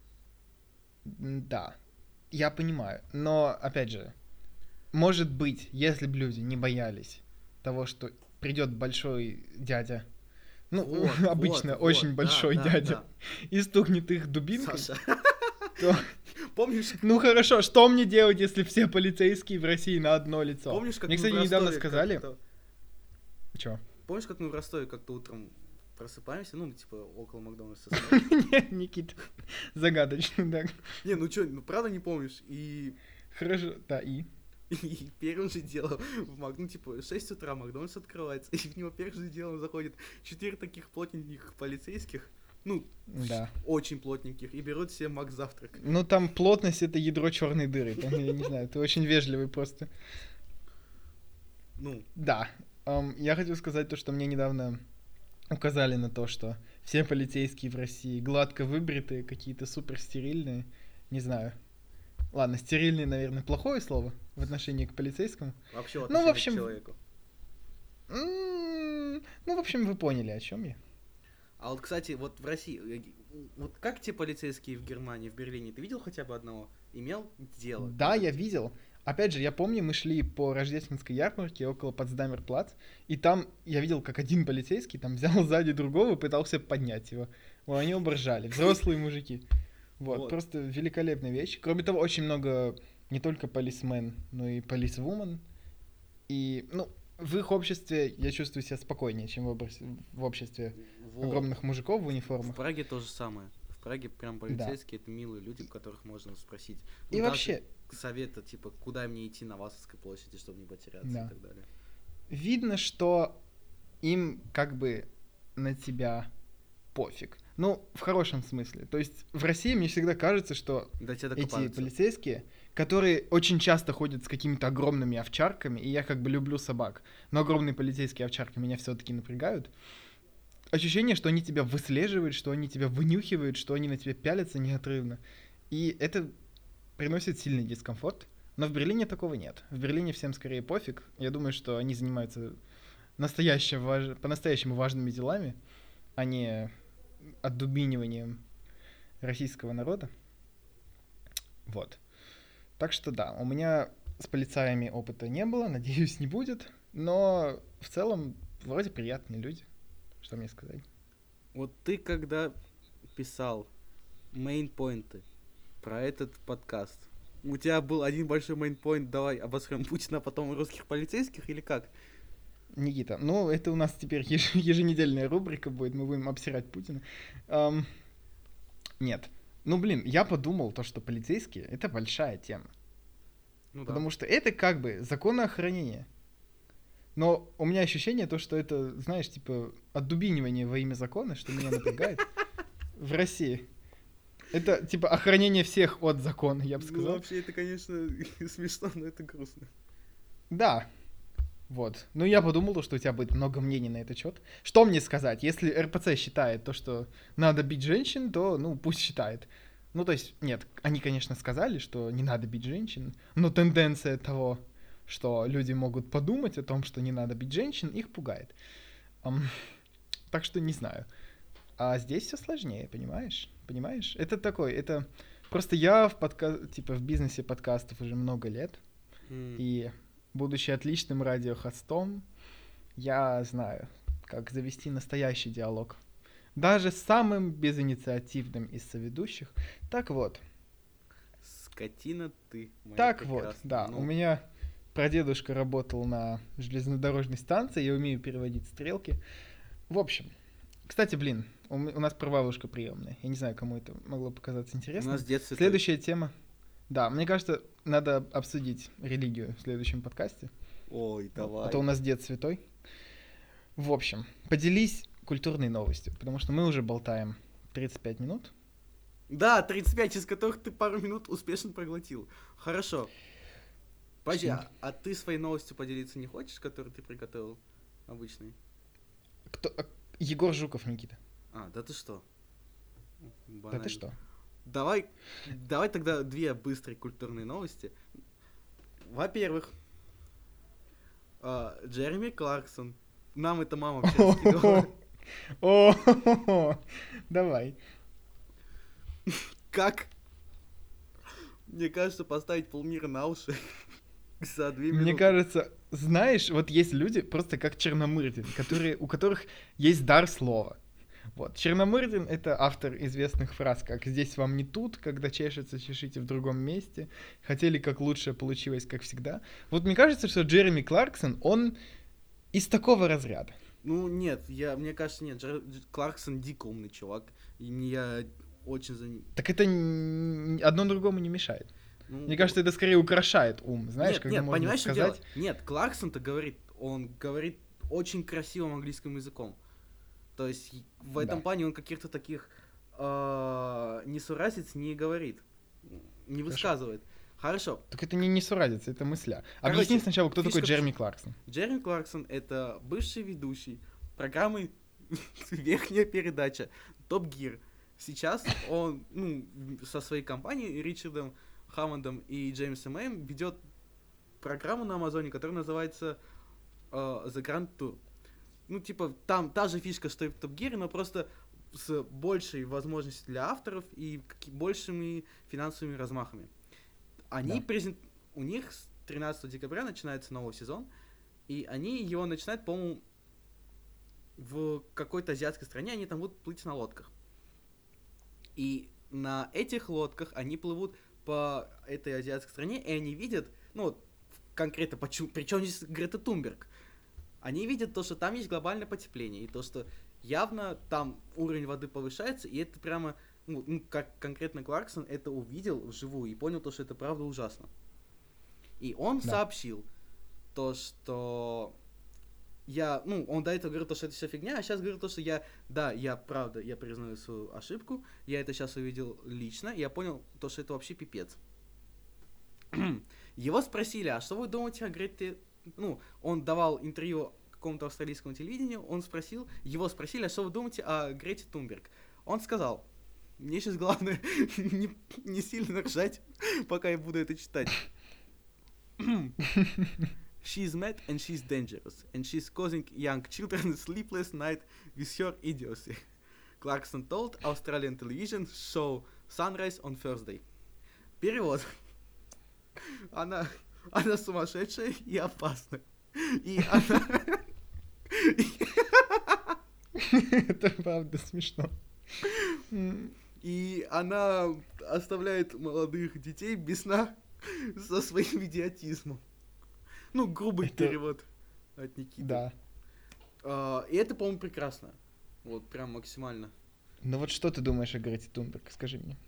Speaker 1: Да, я понимаю. Но, опять же, может быть, если бы люди не боялись того, что придет большой дядя Ну,
Speaker 2: Вот,
Speaker 1: обычно
Speaker 2: вот,
Speaker 1: очень
Speaker 2: вот,
Speaker 1: большой
Speaker 2: да,
Speaker 1: дядя,
Speaker 2: да.
Speaker 1: и стукнет их дубинкой,
Speaker 2: Саша,
Speaker 1: то...
Speaker 2: помнишь,
Speaker 1: Ну хорошо, что мне делать, если все полицейские в России на одно лицо?
Speaker 2: как
Speaker 1: Мне,
Speaker 2: мы в
Speaker 1: кстати, недавно
Speaker 2: Ростове
Speaker 1: сказали...
Speaker 2: как-то...
Speaker 1: Чё?
Speaker 2: Помнишь, как мы в Ростове как-то утром просыпаемся, ну, типа, около Макдональдса стоим?
Speaker 1: Нет, Никита, загадочно, да.
Speaker 2: Не, ну чё, ну правда не помнишь?
Speaker 1: Хорошо, да, и?
Speaker 2: И первым же делом, ну, типа, 6 утра Макдональдс открывается, и в него первым же делом заходит 4 таких плотненьких полицейских, ну,
Speaker 1: Да.
Speaker 2: очень плотненьких, и берут себе Мак завтрак.
Speaker 1: Ну там плотность — это ядро черной дыры, там, я не знаю, ты очень вежливый просто.
Speaker 2: Ну,
Speaker 1: Да, я хотел сказать то, что мне недавно указали на то, что все полицейские в России гладко выбритые, какие-то супер стерильные, не знаю. Ладно, стерильный, наверное, плохое слово в отношении к полицейскому.
Speaker 2: вообще в
Speaker 1: Ну, в
Speaker 2: отношении
Speaker 1: общем,
Speaker 2: к человеку.
Speaker 1: Ну, в общем, вы поняли, о чем я.
Speaker 2: А вот, кстати, вот в России, вот как те полицейские в Германии, в Берлине, ты видел хотя бы одного? Имел дело?
Speaker 1: Да, я видел. Опять же, я помню, мы шли по рождественской ярмарке около Потсдамер-плац, и там я видел, как один полицейский там взял сзади другого и пытался поднять его. Вот, они оба ржали, взрослые мужики. Вот, просто великолепная вещь. Кроме того, очень много не только полисмен, но и полисвумен. И, ну, в их обществе я чувствую себя спокойнее, чем в обществе
Speaker 2: Вот.
Speaker 1: огромных мужиков в
Speaker 2: В
Speaker 1: униформах.
Speaker 2: Праге то же самое. В Праге прям полицейские, это милые люди, у которых можно спросить.
Speaker 1: И
Speaker 2: даже
Speaker 1: вообще,
Speaker 2: совета, типа, куда мне идти на Васовской площади, чтобы не потеряться
Speaker 1: Да.
Speaker 2: и так далее.
Speaker 1: видно, что им как бы на тебя пофиг. Ну, в хорошем смысле. То есть в России мне всегда кажется, что
Speaker 2: До тебя
Speaker 1: эти
Speaker 2: докопаются.
Speaker 1: полицейские, которые очень часто ходят с какими-то огромными овчарками, и я как бы люблю собак, но огромные полицейские овчарки меня все-таки напрягают. Ощущение, что они тебя выслеживают, что они тебя вынюхивают, что они на тебя пялятся неотрывно. И это приносит сильный дискомфорт. Но в Берлине такого нет. В Берлине всем скорее пофиг. Я думаю, что они занимаются по-настоящему важными делами, а не отдубиниванием российского народа. Вот. Так что да, у меня с полицаями опыта не было, надеюсь, не будет. Но в целом вроде приятные люди. Что мне сказать?
Speaker 2: Вот ты когда писал мейнпоинты про этот подкаст, у тебя был один большой мейнпоинт, давай обосрем Путина, а потом русских полицейских, или как?
Speaker 1: Никита, ну это у нас теперь еженедельная рубрика будет, мы будем обсирать Путина. Нет. Ну блин, я подумал то, что полицейские — это большая тема.
Speaker 2: Ну да.
Speaker 1: Потому что это как бы законоохранение. Но у меня ощущение то, что это, знаешь, типа отдубинивание во имя закона, что меня напрягает в России. Это типа охранение всех от закона, я бы
Speaker 2: Ну
Speaker 1: сказал.
Speaker 2: вообще это, конечно, смешно, но это грустно.
Speaker 1: Да. Вот. Ну, я подумал, что у тебя будет много мнений на этот счет. Что мне сказать? Если РПЦ считает то, что надо бить женщин, то, ну, пусть считает. Ну, то есть, нет, они, конечно, сказали, что не надо бить женщин, но тенденция того, что люди могут подумать о том, что не надо бить женщин, их пугает. Так что не знаю. А здесь все сложнее, понимаешь? Понимаешь? Это такой, это... Просто я в бизнесе подкастов уже много лет, и будучи отличным радиохостом, я знаю, как завести настоящий диалог. Даже с самым безинициативным из соведущих. Так вот.
Speaker 2: Скотина ты, моя
Speaker 1: Так
Speaker 2: прекрасная.
Speaker 1: вот, да.
Speaker 2: Ну,
Speaker 1: У меня прадедушка работал на железнодорожной станции, я умею переводить стрелки. В общем, кстати, блин, у нас правовушка приемная. Я не знаю, кому это могло показаться
Speaker 2: у
Speaker 1: интересным.
Speaker 2: нас детство.
Speaker 1: Следующая тема. Да, мне кажется, надо обсудить религию в следующем подкасте.
Speaker 2: Ой, давай.
Speaker 1: А то у нас дед святой. В общем, поделись культурной новостью, потому что мы уже болтаем 35 минут.
Speaker 2: Да, 35, из которых ты пару минут успешно проглотил. Хорошо. Подожди, а ты своей новостью поделиться не хочешь, которую ты приготовил обычный?
Speaker 1: Егор Жуков, Никита.
Speaker 2: Да ты что?
Speaker 1: Да ты что?
Speaker 2: Давай тогда две быстрые культурные новости. Во-первых, Джереми Кларксон. Нам это мама вчера скидывала.
Speaker 1: О, давай.
Speaker 2: Как? Мне кажется, поставить полмира на уши за 2 минуты.
Speaker 1: Мне кажется, знаешь, вот есть люди просто как Черномырдин, у которых есть дар слова. Вот. Черномырдин — это автор известных фраз, как «здесь вам не тут», «когда чешется, чешите в другом месте», «хотели как лучше, получилось как всегда». Вот мне кажется, что Джереми Кларксон, он из такого разряда.
Speaker 2: Ну, нет, мне кажется, нет. Кларксон дико умный чувак. И я очень за ним...
Speaker 1: Так это одно другому не мешает.
Speaker 2: Ну,
Speaker 1: мне кажется, это скорее украшает ум, знаешь,
Speaker 2: нет,
Speaker 1: когда
Speaker 2: нет,
Speaker 1: можно
Speaker 2: понимаешь,
Speaker 1: сказать...
Speaker 2: что дело? Нет, Кларксон-то он говорит очень красивым английским языком. То есть в этом плане он каких-то таких несуразиц не говорит, не высказывает. Хорошо.
Speaker 1: Так это не несуразица, это мысля.
Speaker 2: Короче,
Speaker 1: объясни сначала, кто такой Джереми Кларксон.
Speaker 2: Джереми Кларксон — это бывший ведущий программы «Верхняя передача» Топ Гир. Сейчас он со своей компанией Ричардом Хаммондом и Джеймсом Мэем ведет программу на Амазоне, которая называется The Grand Tour. Ну, типа, там та же фишка, что и в Топ Гире, но просто с большей возможностью для авторов и большими финансовыми размахами. У них с 13 декабря начинается новый сезон, и они его начинают, по-моему, в какой-то азиатской стране, они там будут плыть на лодках. И на этих лодках они плывут по этой азиатской стране, и они видят, конкретно, причем здесь Грета Тунберг, они видят то, что там есть глобальное потепление, и то, что явно там уровень воды повышается, и это прямо, как конкретно Кларксон это увидел вживую и понял то, что это правда ужасно. И он сообщил то, что он до этого говорил, то, что это все фигня, а сейчас говорит то, что я признаю свою ошибку, я это сейчас увидел лично, и я понял то, что это вообще пипец. Его спросили, а что вы думаете о Грете? Он давал интервью какому-то австралийскому телевидению, его спросили, а что вы думаете о Грете Тунберг? Он сказал: мне сейчас главное не сильно ржать, пока я буду это читать. She's mad and she's dangerous, and she's causing young children a sleepless night with her idiocy. Clarkson told Australian television show Sunrise on Thursday. Перевод. Она сумасшедшая и опасная. И она...
Speaker 1: Это правда смешно.
Speaker 2: И она оставляет молодых детей без сна со своим идиотизмом. Грубый перевод от Никиты.
Speaker 1: Да.
Speaker 2: И это, по-моему, прекрасно. Вот, прям максимально.
Speaker 1: Ну вот что ты думаешь о Грете Тунберг? Скажи мне.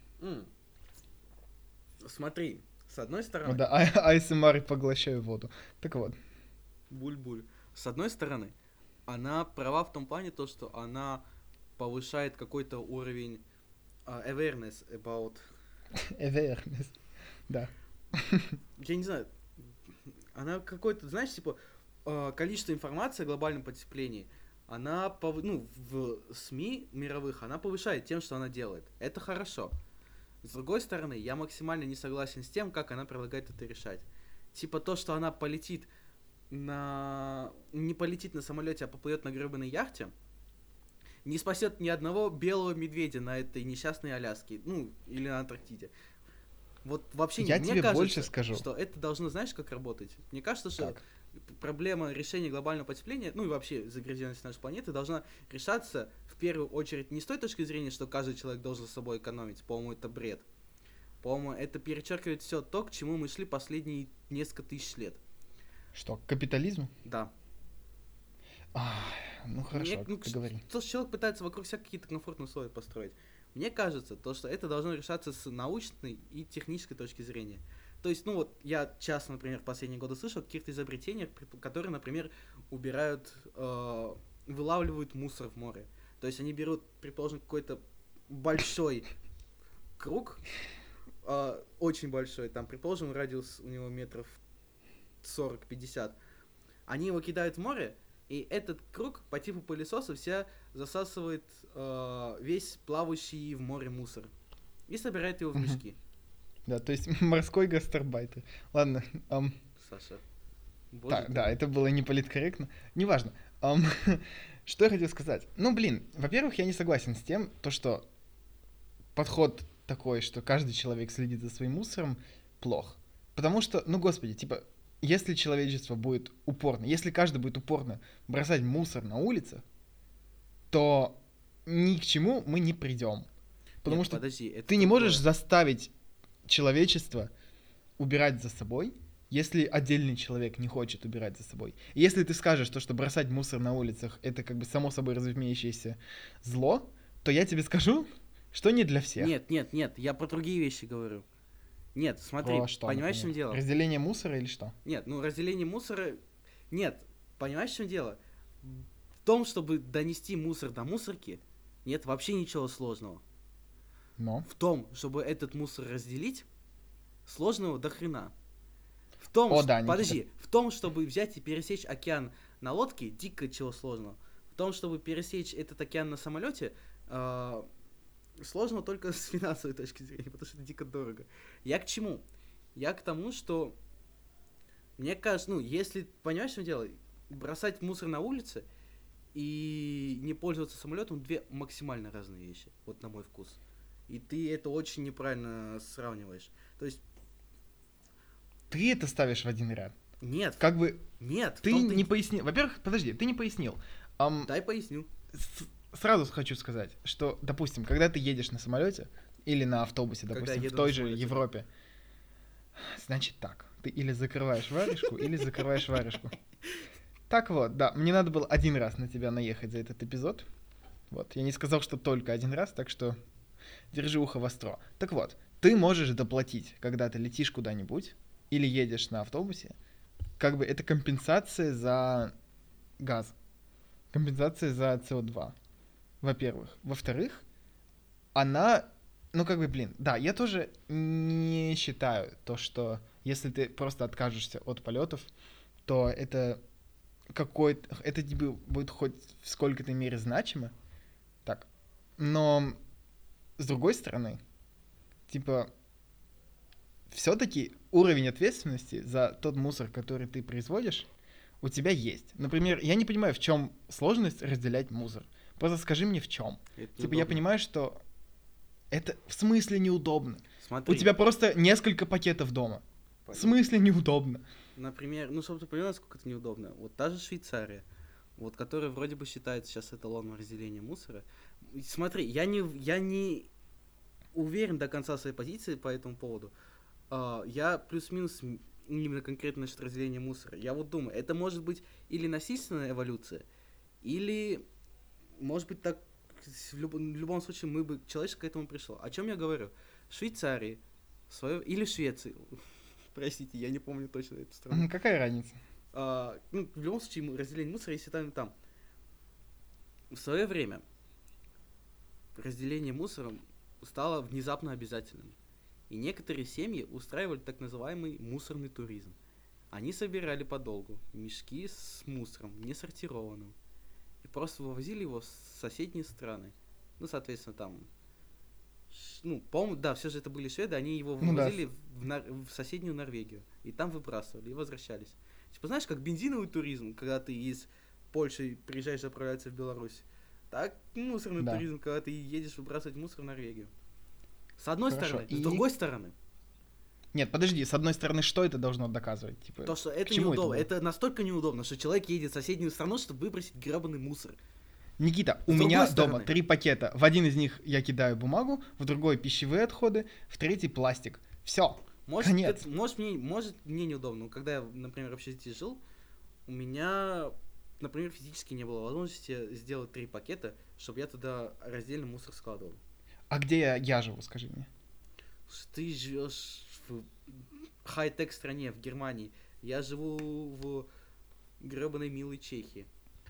Speaker 2: Смотри, с одной стороны...
Speaker 1: Да, ASMR поглощаю воду. Так вот.
Speaker 2: Буль-буль. С одной стороны, она права в том плане, то, что она повышает какой-то уровень awareness about...
Speaker 1: Awareness, да.
Speaker 2: Я не знаю, она какой-то, знаешь, типа, количество информации о глобальном потеплении, она, в СМИ мировых, она повышает тем, что она делает. Это хорошо. С другой стороны, я максимально не согласен с тем, как она предлагает это решать. Типа то, что она не полетит на самолете, а поплывет на гребаной яхте, не спасет ни одного белого медведя на этой несчастной Аляске, или на Антарктиде. Вот вообще
Speaker 1: я
Speaker 2: мне
Speaker 1: тебе
Speaker 2: кажется,
Speaker 1: больше скажу,
Speaker 2: что это должно, знаешь, как работать? Мне кажется, что проблема решения глобального потепления, и вообще загрязненности нашей планеты должна решаться в первую очередь не с той точки зрения, что каждый человек должен с собой экономить. По-моему, это бред. По-моему, это перечеркивает все то, к чему мы шли последние несколько тысяч лет.
Speaker 1: Что, к капитализму?
Speaker 2: Да.
Speaker 1: Ну хорошо, ты говори.
Speaker 2: То, что человек пытается вокруг себя какие-то комфортные условия построить. Мне кажется, что это должно решаться с научной и технической точки зрения. То есть, я часто, например, в последние годы слышал о каких-то изобретениях, которые, например, вылавливают мусор в море. То есть они берут, предположим, какой-то большой круг, очень большой, там, предположим, радиус у него метров 40-50. Они его кидают в море, и этот круг по типу пылесоса вся засасывает весь плавающий в море мусор и собирает его в мешки.
Speaker 1: Да, то есть морской гастарбайтер. Ладно.
Speaker 2: Саша.
Speaker 1: Да, это было не политкорректно. Неважно. Что я хотел сказать? Во-первых, я не согласен с тем, что подход такой, что каждый человек следит за своим мусором, плох. Потому что, господи, если человечество будет упорно, если каждый будет упорно бросать мусор на улицах, то ни к чему мы не придем. Потому
Speaker 2: Нет,
Speaker 1: что
Speaker 2: подожди, это
Speaker 1: ты не можешь
Speaker 2: другое.
Speaker 1: заставить человечество убирать за собой, если отдельный человек не хочет убирать за собой. И если ты скажешь, то, что бросать мусор на улицах это как бы само собой разумеющееся зло, то я тебе скажу, что не для всех.
Speaker 2: Нет, я про другие вещи говорю. Нет, смотри,
Speaker 1: Про что,
Speaker 2: понимаешь, в чем
Speaker 1: например?
Speaker 2: дело?
Speaker 1: Разделение мусора или что?
Speaker 2: Нет, ну разделение мусора... Нет, понимаешь, в чем дело? В том, чтобы донести мусор до мусорки, нет вообще ничего сложного.
Speaker 1: Но.
Speaker 2: В том, чтобы этот мусор разделить, сложного до хрена. В том,
Speaker 1: О, да, Никита.
Speaker 2: подожди, в том, чтобы взять и пересечь океан на лодке, дико чего сложного. В том, чтобы пересечь этот океан на самолете, сложно только с финансовой точки зрения, потому что это дико дорого. Я к чему? Я к тому, что мне кажется, ну, если, понимаешь, что дело, бросать мусор на улице и не пользоваться самолетом — две максимально разные вещи, вот на мой вкус. И ты это очень неправильно сравниваешь. То есть,
Speaker 1: Ты это ставишь в один ряд.
Speaker 2: нет,
Speaker 1: Как бы
Speaker 2: нет, в
Speaker 1: ты
Speaker 2: том-то
Speaker 1: не пояснил. Во-первых, подожди, ты не пояснил.
Speaker 2: Дай поясню.
Speaker 1: Сразу хочу сказать, что, допустим, когда ты едешь на самолете или на автобусе,
Speaker 2: Когда
Speaker 1: допустим,
Speaker 2: я
Speaker 1: в
Speaker 2: еду
Speaker 1: той
Speaker 2: на
Speaker 1: же
Speaker 2: самолете, да.
Speaker 1: Европе, значит так, ты или закрываешь варежку, или закрываешь варежку. Так вот, да, мне надо было один раз на тебя наехать за этот эпизод. Вот, я не сказал, что только один раз, так что держи ухо востро. Так вот, ты можешь доплатить, когда ты летишь куда-нибудь или едешь на автобусе. Как бы это компенсация за газ, компенсация за СО2, во-первых. Во-вторых, она, ну как бы, блин, да, я тоже не считаю то, что если ты просто откажешься от полетов, то это это тебе будет хоть в сколько-то мере значимо, так. Но с другой стороны, типа, все-таки уровень ответственности за тот мусор, который ты производишь, у тебя есть. Например, я не понимаю, в чем сложность разделять мусор. Просто скажи мне, в чем.
Speaker 2: Это
Speaker 1: Типа, я
Speaker 2: неудобно.
Speaker 1: понимаю, что это в смысле неудобно.
Speaker 2: Смотри,
Speaker 1: У тебя просто несколько пакетов дома. В смысле неудобно.
Speaker 2: например, ну, чтобы ты понял, насколько это неудобно. Вот та же Швейцария, вот, которая вроде бы считается сейчас эталоном разделения мусора. И смотри, я не уверен до конца своей позиции по этому поводу. Я плюс-минус именно конкретно насчет разделения мусора. Я вот думаю, это может быть или насильственная эволюция, или, может быть, так в любом случае человечество к этому пришло. О чем я говорю? В Швейцарии, или Швеции, простите, я не помню точно эту страну.
Speaker 1: Какая разница?
Speaker 2: Ну, в любом случае, разделение мусора есть и там, и там. В свое время разделение мусором стало внезапно обязательным. И некоторые семьи устраивали так называемый мусорный туризм. Они собирали подолгу мешки с мусором, не сортированным, и просто вывозили его в соседние страны. Ну, соответственно, там... Ну, по-моему, да, все же это были шведы, они его вывозили в соседнюю Норвегию. И там выбрасывали, и возвращались. Типа, знаешь, как бензиновый туризм, когда ты из Польши приезжаешь заправляться в Беларусь. Так, мусорный туризм, когда ты едешь выбрасывать мусор в Норвегию. С одной стороны. С другой стороны.
Speaker 1: Нет, подожди, с одной стороны, что это должно доказывать? Типа,
Speaker 2: то, что это неудобно. Это настолько неудобно, что человек едет в соседнюю страну, чтобы выбросить гребаный мусор.
Speaker 1: Никита, у меня дома 3 пакета. В один из них я кидаю бумагу, в другой пищевые отходы, в третий пластик. Все. Конец.
Speaker 2: Может, мне неудобно. Когда я, например, в общежитии жил, у меня, например, физически не было возможности сделать 3 пакета, чтобы я туда раздельно мусор складывал.
Speaker 1: А где я живу, скажи мне?
Speaker 2: Ты живешь в хай-тек стране, в Германии. Я живу в гребаной милой Чехии.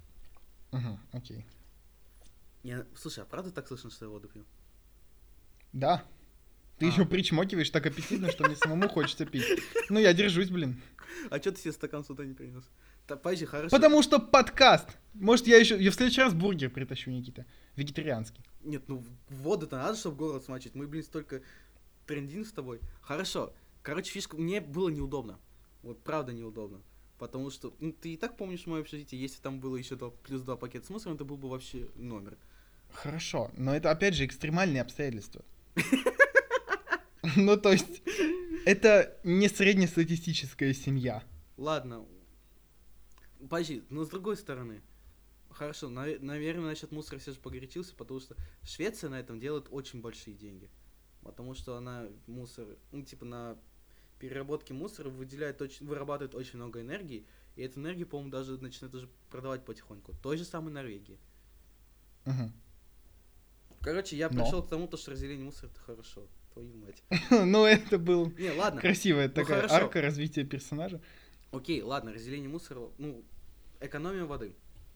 Speaker 1: Окей.
Speaker 2: Слушай, а правда так слышно, что я воду пью?
Speaker 1: Да. Ты еще причмокиваешь так аппетитно, что мне самому хочется пить. Ну, я держусь, блин.
Speaker 2: А что ты себе стакан сюда не принес? Подожди, хорошо.
Speaker 1: Потому что подкаст. Может, я в следующий раз бургер притащу, Никита. Вегетарианский.
Speaker 2: Нет, ну воду-то надо, чтобы горло смочить. Мы, блин, столько трендим с тобой. Хорошо. Короче, фишка, мне было неудобно. Вот правда неудобно. Потому что, ну, ты и так помнишь мое общежитие, если там было еще плюс 2 пакета с мусором, это был бы вообще номер.
Speaker 1: Хорошо, но это, опять же, экстремальные обстоятельства. Ну, то есть, это не среднестатистическая семья.
Speaker 2: Ладно, подожди, но с другой стороны, хорошо, наверное, насчет мусора все же погорячился, потому что Швеция на этом делает очень большие деньги. Потому что она мусор, ну, типа, на переработке мусора вырабатывает очень много энергии, и эту энергию, по-моему, даже начинает уже продавать потихоньку. Той же самой Норвегии.
Speaker 1: Мгм.
Speaker 2: Короче, я
Speaker 1: Но.
Speaker 2: пришел к тому, что разделение мусора это хорошо. Твою мать.
Speaker 1: Ну, это был
Speaker 2: Не, ладно.
Speaker 1: красивая такая
Speaker 2: хорошо.
Speaker 1: арка развития персонажа.
Speaker 2: Окей, ладно, разделение мусора, ну, экономия воды.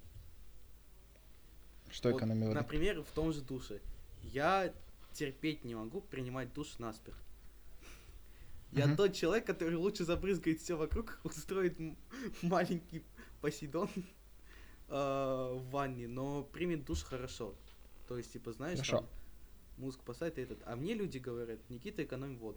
Speaker 1: Что
Speaker 2: Вот,
Speaker 1: экономия воды?
Speaker 2: например, в том же душе. Я терпеть не могу принимать душ наспех. Я
Speaker 1: Мгм.
Speaker 2: тот человек, который лучше забрызгает все вокруг, устроит маленький Посейдон в ванне, но примет душ хорошо. То есть, типа, знаешь,
Speaker 1: Хорошо.
Speaker 2: там музыку поставит и этот. А мне люди говорят, Никита, экономь воду.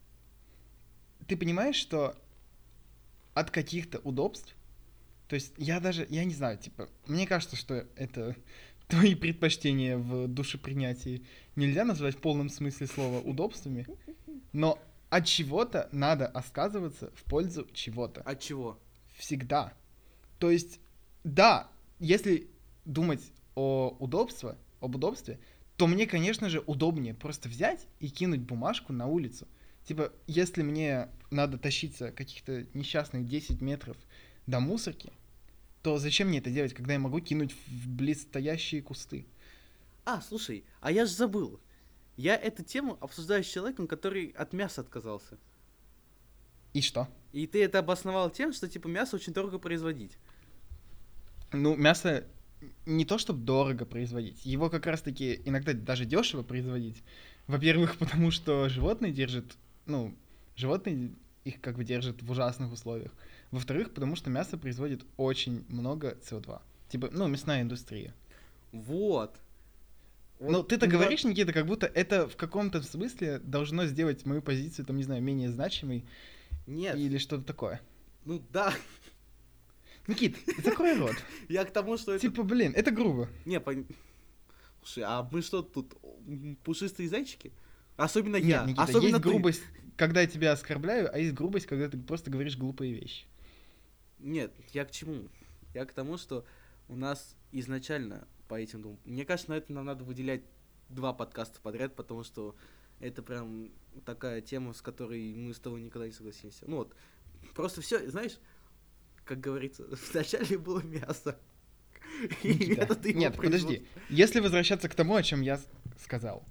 Speaker 1: Ты понимаешь, что от каких-то удобств, то есть я не знаю, типа, мне кажется, что это твои предпочтения в душепринятии нельзя назвать в полном смысле слова удобствами, но от чего-то надо отказываться в пользу чего-то.
Speaker 2: От чего?
Speaker 1: Всегда. То есть, да, если думать об удобстве, то мне, конечно же, удобнее просто взять и кинуть бумажку на улицу. Типа, если мне надо тащиться каких-то несчастных 10 метров до мусорки, то зачем мне это делать, когда я могу кинуть в близстоящие кусты?
Speaker 2: А, слушай, а я же забыл. Я эту тему обсуждаю с человеком, который от мяса отказался.
Speaker 1: И что?
Speaker 2: И ты это обосновал тем, что, типа, мясо очень дорого производить.
Speaker 1: Ну, мясо не то, чтобы дорого производить. Его как раз-таки иногда даже дешево производить. Во-первых, потому что животные держат, ну, животные их как бы держат в ужасных условиях. Во-вторых, потому что мясо производит очень много СО2. Типа, ну, мясная индустрия.
Speaker 2: Вот.
Speaker 1: Ну,
Speaker 2: Вот
Speaker 1: ты-то говоришь, Никита, как будто это в каком-то смысле должно сделать мою позицию, там, не знаю, менее значимой
Speaker 2: Нет.
Speaker 1: или что-то такое.
Speaker 2: Ну да.
Speaker 1: Никит, закрой рот.
Speaker 2: Я к тому, что это...
Speaker 1: Типа, блин, это грубо.
Speaker 2: Не, слушай, а мы что тут, пушистые зайчики? Особенно
Speaker 1: Нет,
Speaker 2: я.
Speaker 1: Никита,
Speaker 2: Особенно
Speaker 1: есть
Speaker 2: ты.
Speaker 1: грубость, когда я тебя оскорбляю, а есть грубость, когда ты просто говоришь глупые вещи.
Speaker 2: Нет, я к чему? Я к тому, что у нас изначально по этим двум... Мне кажется, на это нам надо выделять 2 подкаста подряд, потому что это прям такая тема, с которой мы с тобой никогда не согласимся. Ну вот, просто все, знаешь, как говорится, вначале было мясо. И
Speaker 1: Никита,
Speaker 2: методы его
Speaker 1: нет,
Speaker 2: производства.
Speaker 1: подожди. Если возвращаться к тому, о чем я сказал,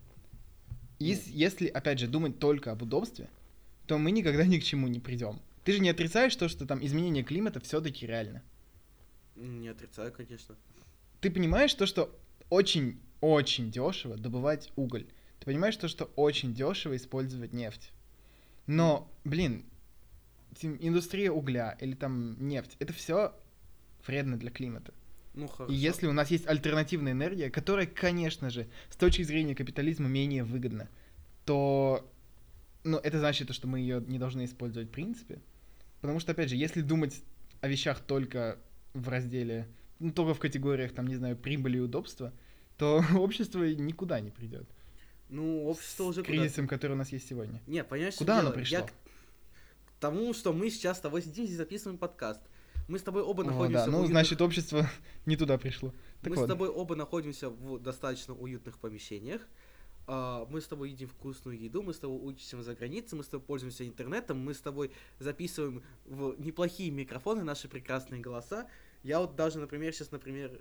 Speaker 1: если, опять же, думать только об удобстве, то мы никогда ни к чему не придем. Ты же не отрицаешь то, что там изменение климата все-таки реально.
Speaker 2: Не отрицаю, конечно.
Speaker 1: Ты понимаешь то, что очень-очень дешево добывать уголь. Ты понимаешь то, что очень дешево использовать нефть. Но, блин, индустрия угля или там нефть, это все вредно для климата.
Speaker 2: Ну, хорошо.
Speaker 1: И если у нас есть альтернативная энергия, которая, конечно же, с точки зрения капитализма менее выгодна, то, ну, это значит, что мы ее не должны использовать в принципе. Потому что, опять же, если думать о вещах только в разделе, ну, только в категориях, там, не знаю, прибыли и удобства, то общество никуда не придет.
Speaker 2: Ну, общество
Speaker 1: С
Speaker 2: уже
Speaker 1: кризисом, который у нас есть сегодня.
Speaker 2: Не, понимаешь,
Speaker 1: Куда
Speaker 2: что
Speaker 1: оно
Speaker 2: дело?
Speaker 1: пришло?
Speaker 2: Я к тому, что мы сейчас с тобой сидим здесь, записываем подкаст. Мы с тобой оба
Speaker 1: О,
Speaker 2: находимся
Speaker 1: да,
Speaker 2: в
Speaker 1: ну,
Speaker 2: уютных...
Speaker 1: значит, общество не туда пришло. Так
Speaker 2: Мы
Speaker 1: вот.
Speaker 2: с тобой оба находимся в достаточно уютных помещениях. Мы с тобой едим вкусную еду, мы с тобой учимся за границей, мы с тобой пользуемся интернетом, мы с тобой записываем в неплохие микрофоны наши прекрасные голоса. Я вот даже, например, сейчас, например,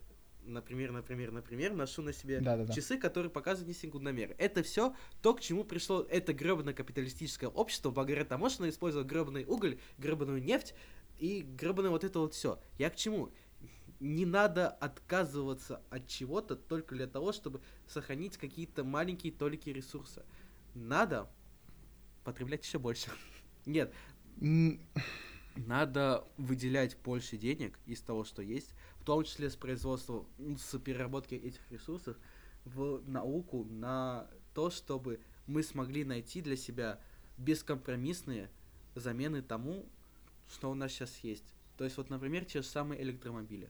Speaker 2: ношу на себе
Speaker 1: Да-да-да.
Speaker 2: часы, которые показывают мне секундомер. Это все то, к чему пришло это гребаное капиталистическое общество, благодаря тому, что оно использовало гребаный уголь, гребаную нефть и гребаное вот это вот все. Я к чему? Не надо отказываться от чего-то только для того, чтобы сохранить какие-то маленькие толики ресурса. Надо потреблять еще больше. Нет,
Speaker 1: М,
Speaker 2: надо выделять больше денег из того, что есть, в том числе с производства, с переработки этих ресурсов в науку, на то, чтобы мы смогли найти для себя бескомпромиссные замены тому, что у нас сейчас есть. То есть вот, например, те же самые электромобили.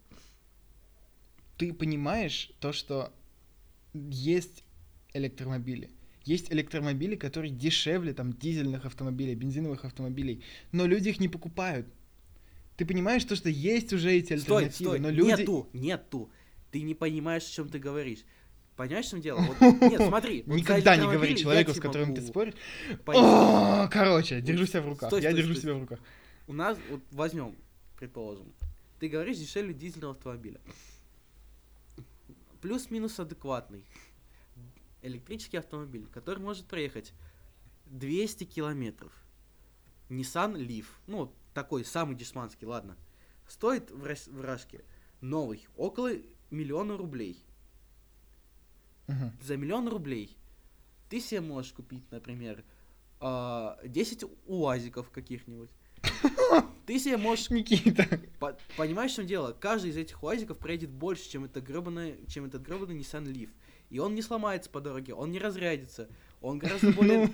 Speaker 1: Ты понимаешь то, что есть электромобили. Есть электромобили, которые дешевле там дизельных автомобилей, бензиновых автомобилей, но люди их не покупают. Ты понимаешь, то, что есть уже эти
Speaker 2: Стой,
Speaker 1: альтернативы,
Speaker 2: стой,
Speaker 1: но люди...
Speaker 2: нету. Ты не понимаешь, о чем ты говоришь. Понимаешь, в чем дело? Вот, нет, смотри, вот за
Speaker 1: Никогда не говори
Speaker 2: электромобили я
Speaker 1: человеку, с
Speaker 2: тебе
Speaker 1: которым ты
Speaker 2: могу
Speaker 1: споришь.
Speaker 2: пояснить.
Speaker 1: Короче, держу себя в руках.
Speaker 2: Стой,
Speaker 1: Я
Speaker 2: стой,
Speaker 1: держу
Speaker 2: стой,
Speaker 1: себя в
Speaker 2: стой.
Speaker 1: руках.
Speaker 2: У нас, вот возьмем, предположим, ты говоришь дешевле дизельного автомобиля. Плюс-минус адекватный электрический автомобиль, который может проехать 200 километров. Nissan Leaf, ну, такой самый дешманский, ладно, стоит в Рашке новый около 1 миллиона рублей.
Speaker 1: Мгм.
Speaker 2: За 1 миллион рублей ты себе можешь купить, например, 10 УАЗиков каких-нибудь. Ты себе можешь...
Speaker 1: Никита.
Speaker 2: Понимаешь, в чем дело? Каждый из этих УАЗиков проедет больше, чем этот гребаный Nissan Leaf. И он не сломается по дороге, он не разрядится. Он гораздо более...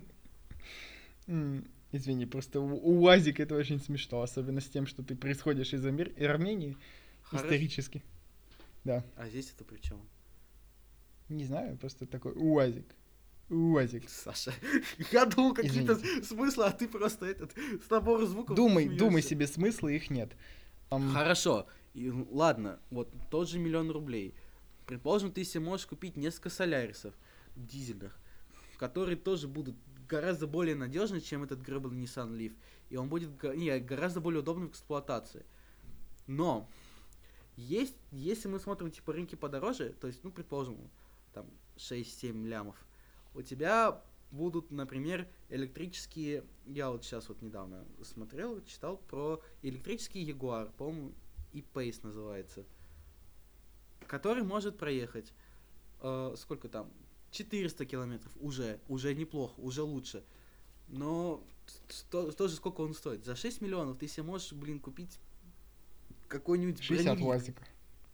Speaker 1: Извини, просто УАЗик это очень смешно, особенно с тем, что ты происходишь из Армении исторически. Да.
Speaker 2: А здесь это при чем?
Speaker 1: Не знаю, просто такой УАЗик. УАЗик.
Speaker 2: Саша, я думал какие-то
Speaker 1: Извините.
Speaker 2: смыслы, а ты просто с набора звуков
Speaker 1: Думай
Speaker 2: смеешься.
Speaker 1: себе смыслы, их нет.
Speaker 2: Хорошо, ладно, вот тот же 1 миллион рублей. Предположим, ты себе можешь купить несколько солярисов дизельных, которые тоже будут гораздо более надежны, чем этот гребаный Nissan Leaf. И он будет гораздо более удобным в эксплуатации. Но, если мы смотрим типа рынки подороже, то есть, ну, предположим, там 6-7 лямов, у тебя будут, например, электрические, я вот сейчас вот недавно смотрел, читал про электрический Jaguar, по-моему, E-Pace называется, который может проехать, сколько там, 400 километров, уже неплохо, уже лучше. Но тоже сколько он стоит? За 6 миллионов ты себе можешь, купить какой-нибудь
Speaker 1: 60
Speaker 2: броневик.
Speaker 1: УАЗиков.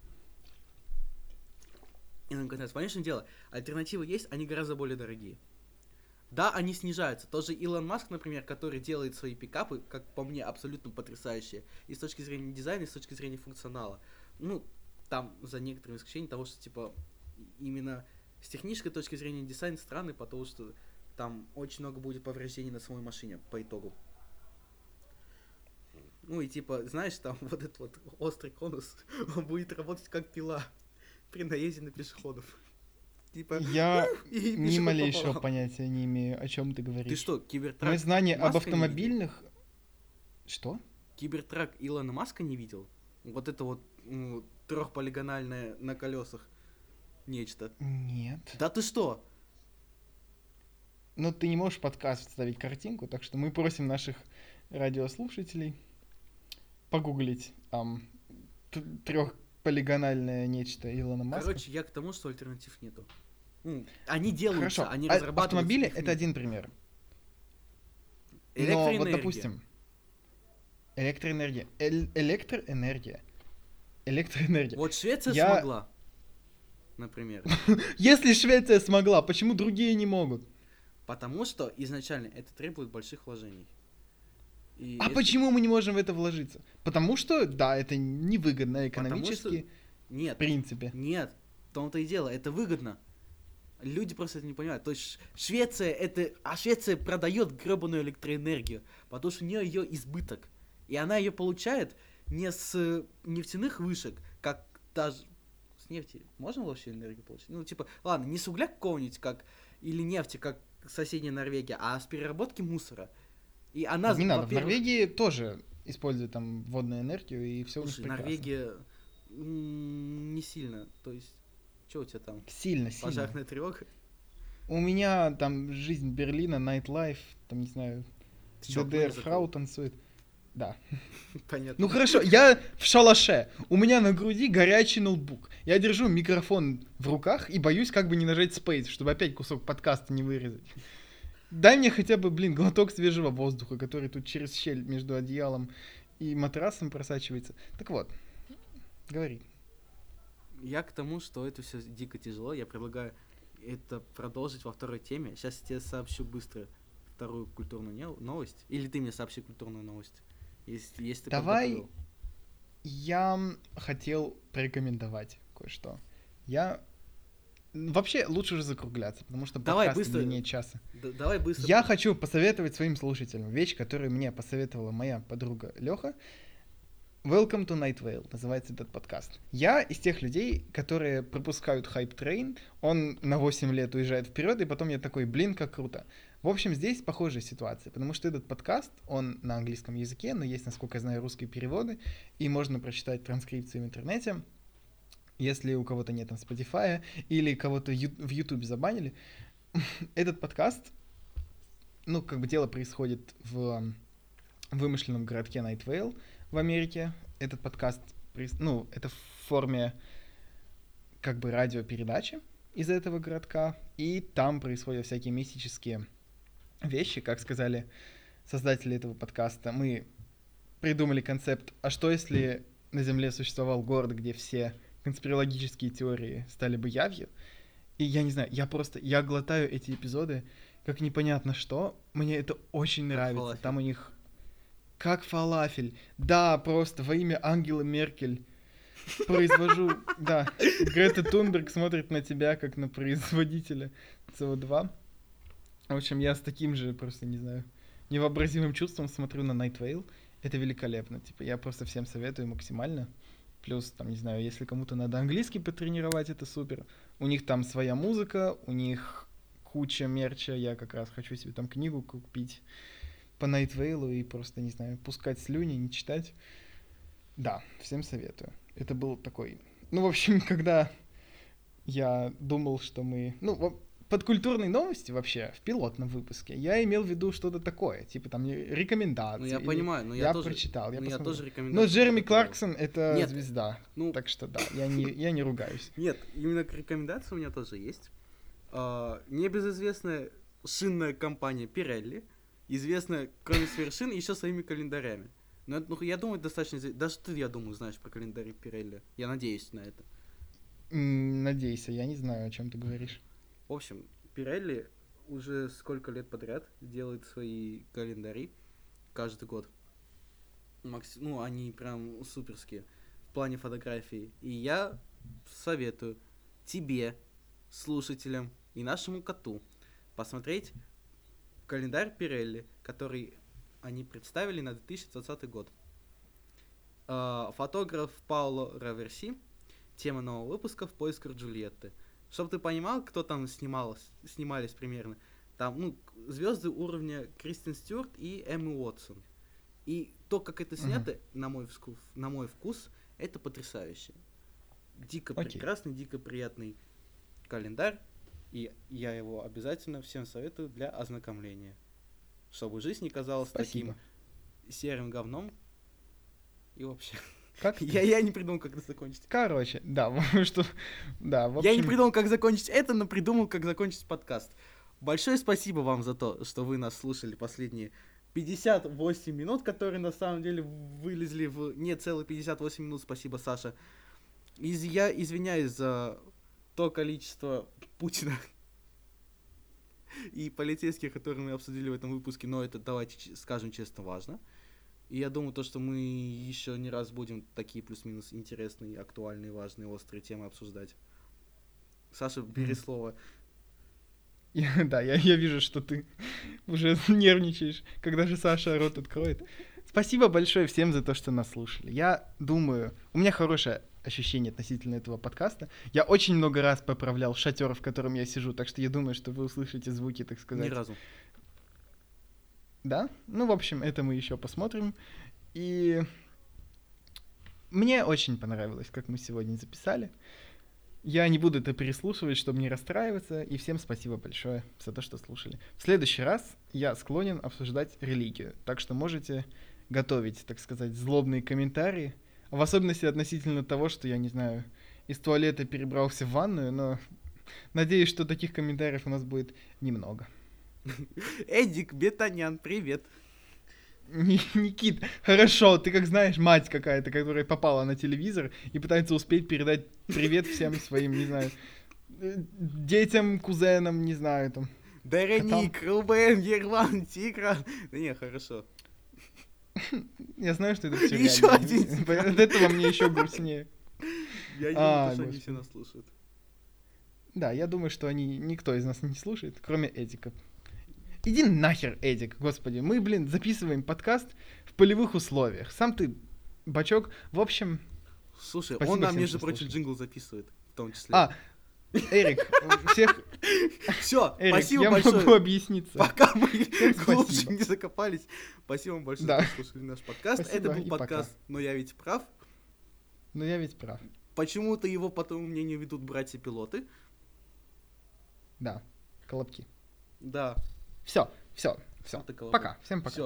Speaker 2: И наконец, понятное дело, альтернативы есть, они гораздо более дорогие. Да, они снижаются. Тоже Илон Маск, например, который делает свои пикапы, как по мне, абсолютно потрясающие. И с точки зрения дизайна, и с точки зрения функционала. Ну, там, за некоторыми исключениями того, что, типа, именно с технической точки зрения дизайн странный, потому что там очень много будет повреждений на самой машине по итогу. Ну и типа, знаешь, там вот этот вот острый конус, он будет работать как пила при наезде на пешеходов. Типа,
Speaker 1: Я
Speaker 2: и
Speaker 1: ни
Speaker 2: пешеход
Speaker 1: малейшего
Speaker 2: пополам.
Speaker 1: понятия не имею, о чем ты говоришь.
Speaker 2: Ты что, Кибертрак
Speaker 1: Мои знания об
Speaker 2: Маска не видел?
Speaker 1: автомобильных... Что?
Speaker 2: Кибертрак Илона Маска не видел? Вот это вот трехполигональное на колесах нечто.
Speaker 1: Нет.
Speaker 2: Да ты что?
Speaker 1: Но ты не можешь в подкаст вставить картинку, так что мы просим наших радиослушателей погуглить трехполигональное нечто Илона Маска.
Speaker 2: Короче, я к тому, что альтернатив нету. Они делаются,
Speaker 1: Хорошо,
Speaker 2: они разрабатываются.
Speaker 1: автомобили
Speaker 2: их
Speaker 1: это
Speaker 2: нет.
Speaker 1: один пример. Но
Speaker 2: Электроэнергия.
Speaker 1: вот, допустим, электроэнергия. Электроэнергия.
Speaker 2: Вот Швеция
Speaker 1: Я-
Speaker 2: смогла, например.
Speaker 1: Если Швеция смогла, почему другие не могут?
Speaker 2: Потому что изначально это требует больших вложений. И
Speaker 1: А
Speaker 2: это-
Speaker 1: почему мы не можем в это вложиться? Потому что, да, это невыгодно экономически, в
Speaker 2: Нет,
Speaker 1: принципе.
Speaker 2: нет, в том-то и дело, это выгодно. Люди просто это не понимают. То есть Швеция это... А Швеция продает гребаную электроэнергию, потому что у нее ее избыток. И она ее получает не с нефтяных вышек, как даже... С нефти можно вообще энергию получить? Ну, типа, ладно, не с угля какого-нибудь, как... Или нефти, как соседняя Норвегия, а с переработки мусора. И она...
Speaker 1: Не надо, в
Speaker 2: во-первых,
Speaker 1: Норвегии тоже используют там водную энергию, и все у них
Speaker 2: Слушай,
Speaker 1: прекрасно.
Speaker 2: Норвегия не сильно. То есть, что у тебя там?
Speaker 1: Сильно.
Speaker 2: Пожарная тревога?
Speaker 1: У меня там жизнь Берлина, Nightlife, там, не знаю,
Speaker 2: Ты чё,
Speaker 1: ДДР,
Speaker 2: окно не
Speaker 1: Фрау танцует. Да.
Speaker 2: Понятно.
Speaker 1: Ну хорошо, я в шалаше. У меня на груди горячий ноутбук. Я держу микрофон в руках и боюсь как бы не нажать Space, чтобы опять кусок подкаста не вырезать. Дай мне хотя бы, глоток свежего воздуха, который тут через щель между одеялом и матрасом просачивается. Так вот, говори.
Speaker 2: Я к тому, что это все дико тяжело. Я предлагаю это продолжить во второй теме. Сейчас я тебе сообщу быстро вторую культурную новость. Или ты мне сообщи культурную новость. Если ты
Speaker 1: Давай.
Speaker 2: подготовил.
Speaker 1: Я хотел порекомендовать кое-что. Вообще лучше уже закругляться, потому что
Speaker 2: Давай
Speaker 1: подкаст
Speaker 2: быстро.
Speaker 1: длиннее часа.
Speaker 2: Давай быстро.
Speaker 1: Я хочу посоветовать своим слушателям вещь, которую мне посоветовала моя подруга Лёха. Welcome to Night Vale называется этот подкаст. Я из тех людей, которые пропускают хайп-трейн, он на 8 лет уезжает вперед, и потом я такой, блин, как круто. В общем, здесь похожая ситуация, потому что этот подкаст, он на английском языке, но есть, насколько я знаю, русские переводы, и можно прочитать транскрипции в интернете, если у кого-то нет там Spotify, или кого-то в YouTube забанили. Этот подкаст, ну, как бы дело происходит в вымышленном городке Night Vale в Америке. Этот подкаст, ну, это в форме как бы радиопередачи из этого городка, и там происходят всякие мистические вещи, как сказали создатели этого подкаста. Мы придумали концепт, а что если на Земле существовал город, где все конспирологические теории стали бы явью? И я не знаю, я глотаю эти эпизоды как непонятно что. Мне это очень нравится.
Speaker 2: Фалафель.
Speaker 1: Там у них как фалафель. Да, просто во имя Ангелы Меркель произвожу... Да, Грета Тунберг смотрит на тебя, как на производителя СО2. В общем, я с таким же, просто, не знаю, невообразимым чувством смотрю на Night Vale. Это великолепно. Типа, я просто всем советую максимально. Плюс, там, не знаю, если кому-то надо английский потренировать, это супер. У них там своя музыка, у них куча мерча. Я как раз хочу себе там книгу купить по Night Vale и просто, не знаю, пускать слюни, не читать. Да, всем советую. Это был такой... Ну, в общем, когда я думал, что мы... Ну, подкультурные новости вообще в пилотном выпуске, я имел в виду что-то такое, типа там рекомендации.
Speaker 2: Ну, я понимаю, но
Speaker 1: я
Speaker 2: тоже...
Speaker 1: прочитал, я посмотрел.
Speaker 2: тоже рекомендую.
Speaker 1: Но Джереми Кларксон — это
Speaker 2: Нет,
Speaker 1: звезда,
Speaker 2: ну...
Speaker 1: так что да, я не ругаюсь.
Speaker 2: Нет, именно к рекомендации у меня тоже есть. Небезызвестная шинная компания Pirelli, известная, кроме своих шин, еще своими календарями. Но это, ну, я думаю, достаточно... Даже ты, я думаю, знаешь про календари Pirelli. Я надеюсь на это.
Speaker 1: Надейся, я не знаю, о чем ты говоришь.
Speaker 2: В общем, Pirelli уже сколько лет подряд делает свои календари каждый год. Ну, они прям суперские в плане фотографий. И я советую тебе, слушателям и нашему коту посмотреть календарь Pirelli, который они представили на 2020 год. Фотограф Пауло Раверси. Тема нового выпуска «В поисках Джульетты». Чтобы ты понимал, кто там снимались примерно. Там, ну, звезды уровня Кристен Стюарт и Эммы Уотсон. И то, как это снято, на мой вкус, это потрясающе. Дико прекрасный, дико приятный календарь. И я его обязательно всем советую для ознакомления. Чтобы жизнь не казалась таким серым говном. И вообще...
Speaker 1: Как?
Speaker 2: Я не придумал, как это закончить.
Speaker 1: Короче, да, что... Да, в общем...
Speaker 2: Я не придумал, как закончить это, но придумал, как закончить подкаст. Большое спасибо вам за то, что вы нас слушали последние 58 минут, которые на самом деле вылезли в не целых 58 минут. Спасибо, Саша. Я извиняюсь за то количество Путина и полицейских, которые мы обсудили в этом выпуске, но это, давайте скажем честно, важно. И я думаю, то, что мы еще не раз будем такие плюс-минус интересные, актуальные, важные, острые темы обсуждать. Саша, бери слово.
Speaker 1: Да, я вижу, что ты уже нервничаешь, когда же Саша рот откроет. Спасибо большое всем за то, что нас слушали. Я думаю, у меня хорошее ощущение относительно этого подкаста. Я очень много раз поправлял шатер, в котором я сижу, так что я думаю, что вы услышите звуки, так сказать.
Speaker 2: Ни разу.
Speaker 1: Да? Ну, в общем, это мы еще посмотрим. И мне очень понравилось, как мы сегодня записали. Я не буду это переслушивать, чтобы не расстраиваться. И всем спасибо большое за то, что слушали. В следующий раз я склонен обсуждать религию. Так что можете готовить, так сказать, злобные комментарии. В особенности относительно того, что я, не знаю, из туалета перебрался в ванную. Но надеюсь, что таких комментариев у нас будет немного.
Speaker 2: Эдик Бетанян, привет.
Speaker 1: Никит, хорошо, ты как знаешь, мать какая-то, которая попала на телевизор и пытается успеть передать привет всем своим, не знаю, детям, кузенам, не знаю, там.
Speaker 2: Вероник, Рубен, Ерлан, Тигран. Да не, хорошо.
Speaker 1: Я знаю, что это все реально.
Speaker 2: Еще один.
Speaker 1: От этого мне еще грустнее.
Speaker 2: Я не думаю, что они все нас слушают.
Speaker 1: Да, я думаю, что никто из нас не слушает, кроме Эдика. Иди нахер, Эдик, господи. Мы, записываем подкаст в полевых условиях. Сам ты Бачок, в общем...
Speaker 2: Слушай,
Speaker 1: Спасибо
Speaker 2: он нам,
Speaker 1: всем,
Speaker 2: между
Speaker 1: что
Speaker 2: прочим,
Speaker 1: слушали.
Speaker 2: джингл записывает, в том числе.
Speaker 1: Эрик, всех...
Speaker 2: Все,
Speaker 1: Эрик,
Speaker 2: спасибо
Speaker 1: я
Speaker 2: большое.
Speaker 1: могу объясниться.
Speaker 2: Пока мы глубже
Speaker 1: спасибо.
Speaker 2: не закопались. Спасибо вам большое,
Speaker 1: Да.
Speaker 2: что слушали наш подкаст.
Speaker 1: Спасибо
Speaker 2: Это был
Speaker 1: и пока.
Speaker 2: подкаст «Но я ведь прав».
Speaker 1: Но я ведь прав.
Speaker 2: Почему-то его, по твоему мнению, ведут братья-пилоты.
Speaker 1: Да, колобки.
Speaker 2: Да.
Speaker 1: Все.
Speaker 2: Санта-Колобок.
Speaker 1: Пока, всем пока.
Speaker 2: Всё.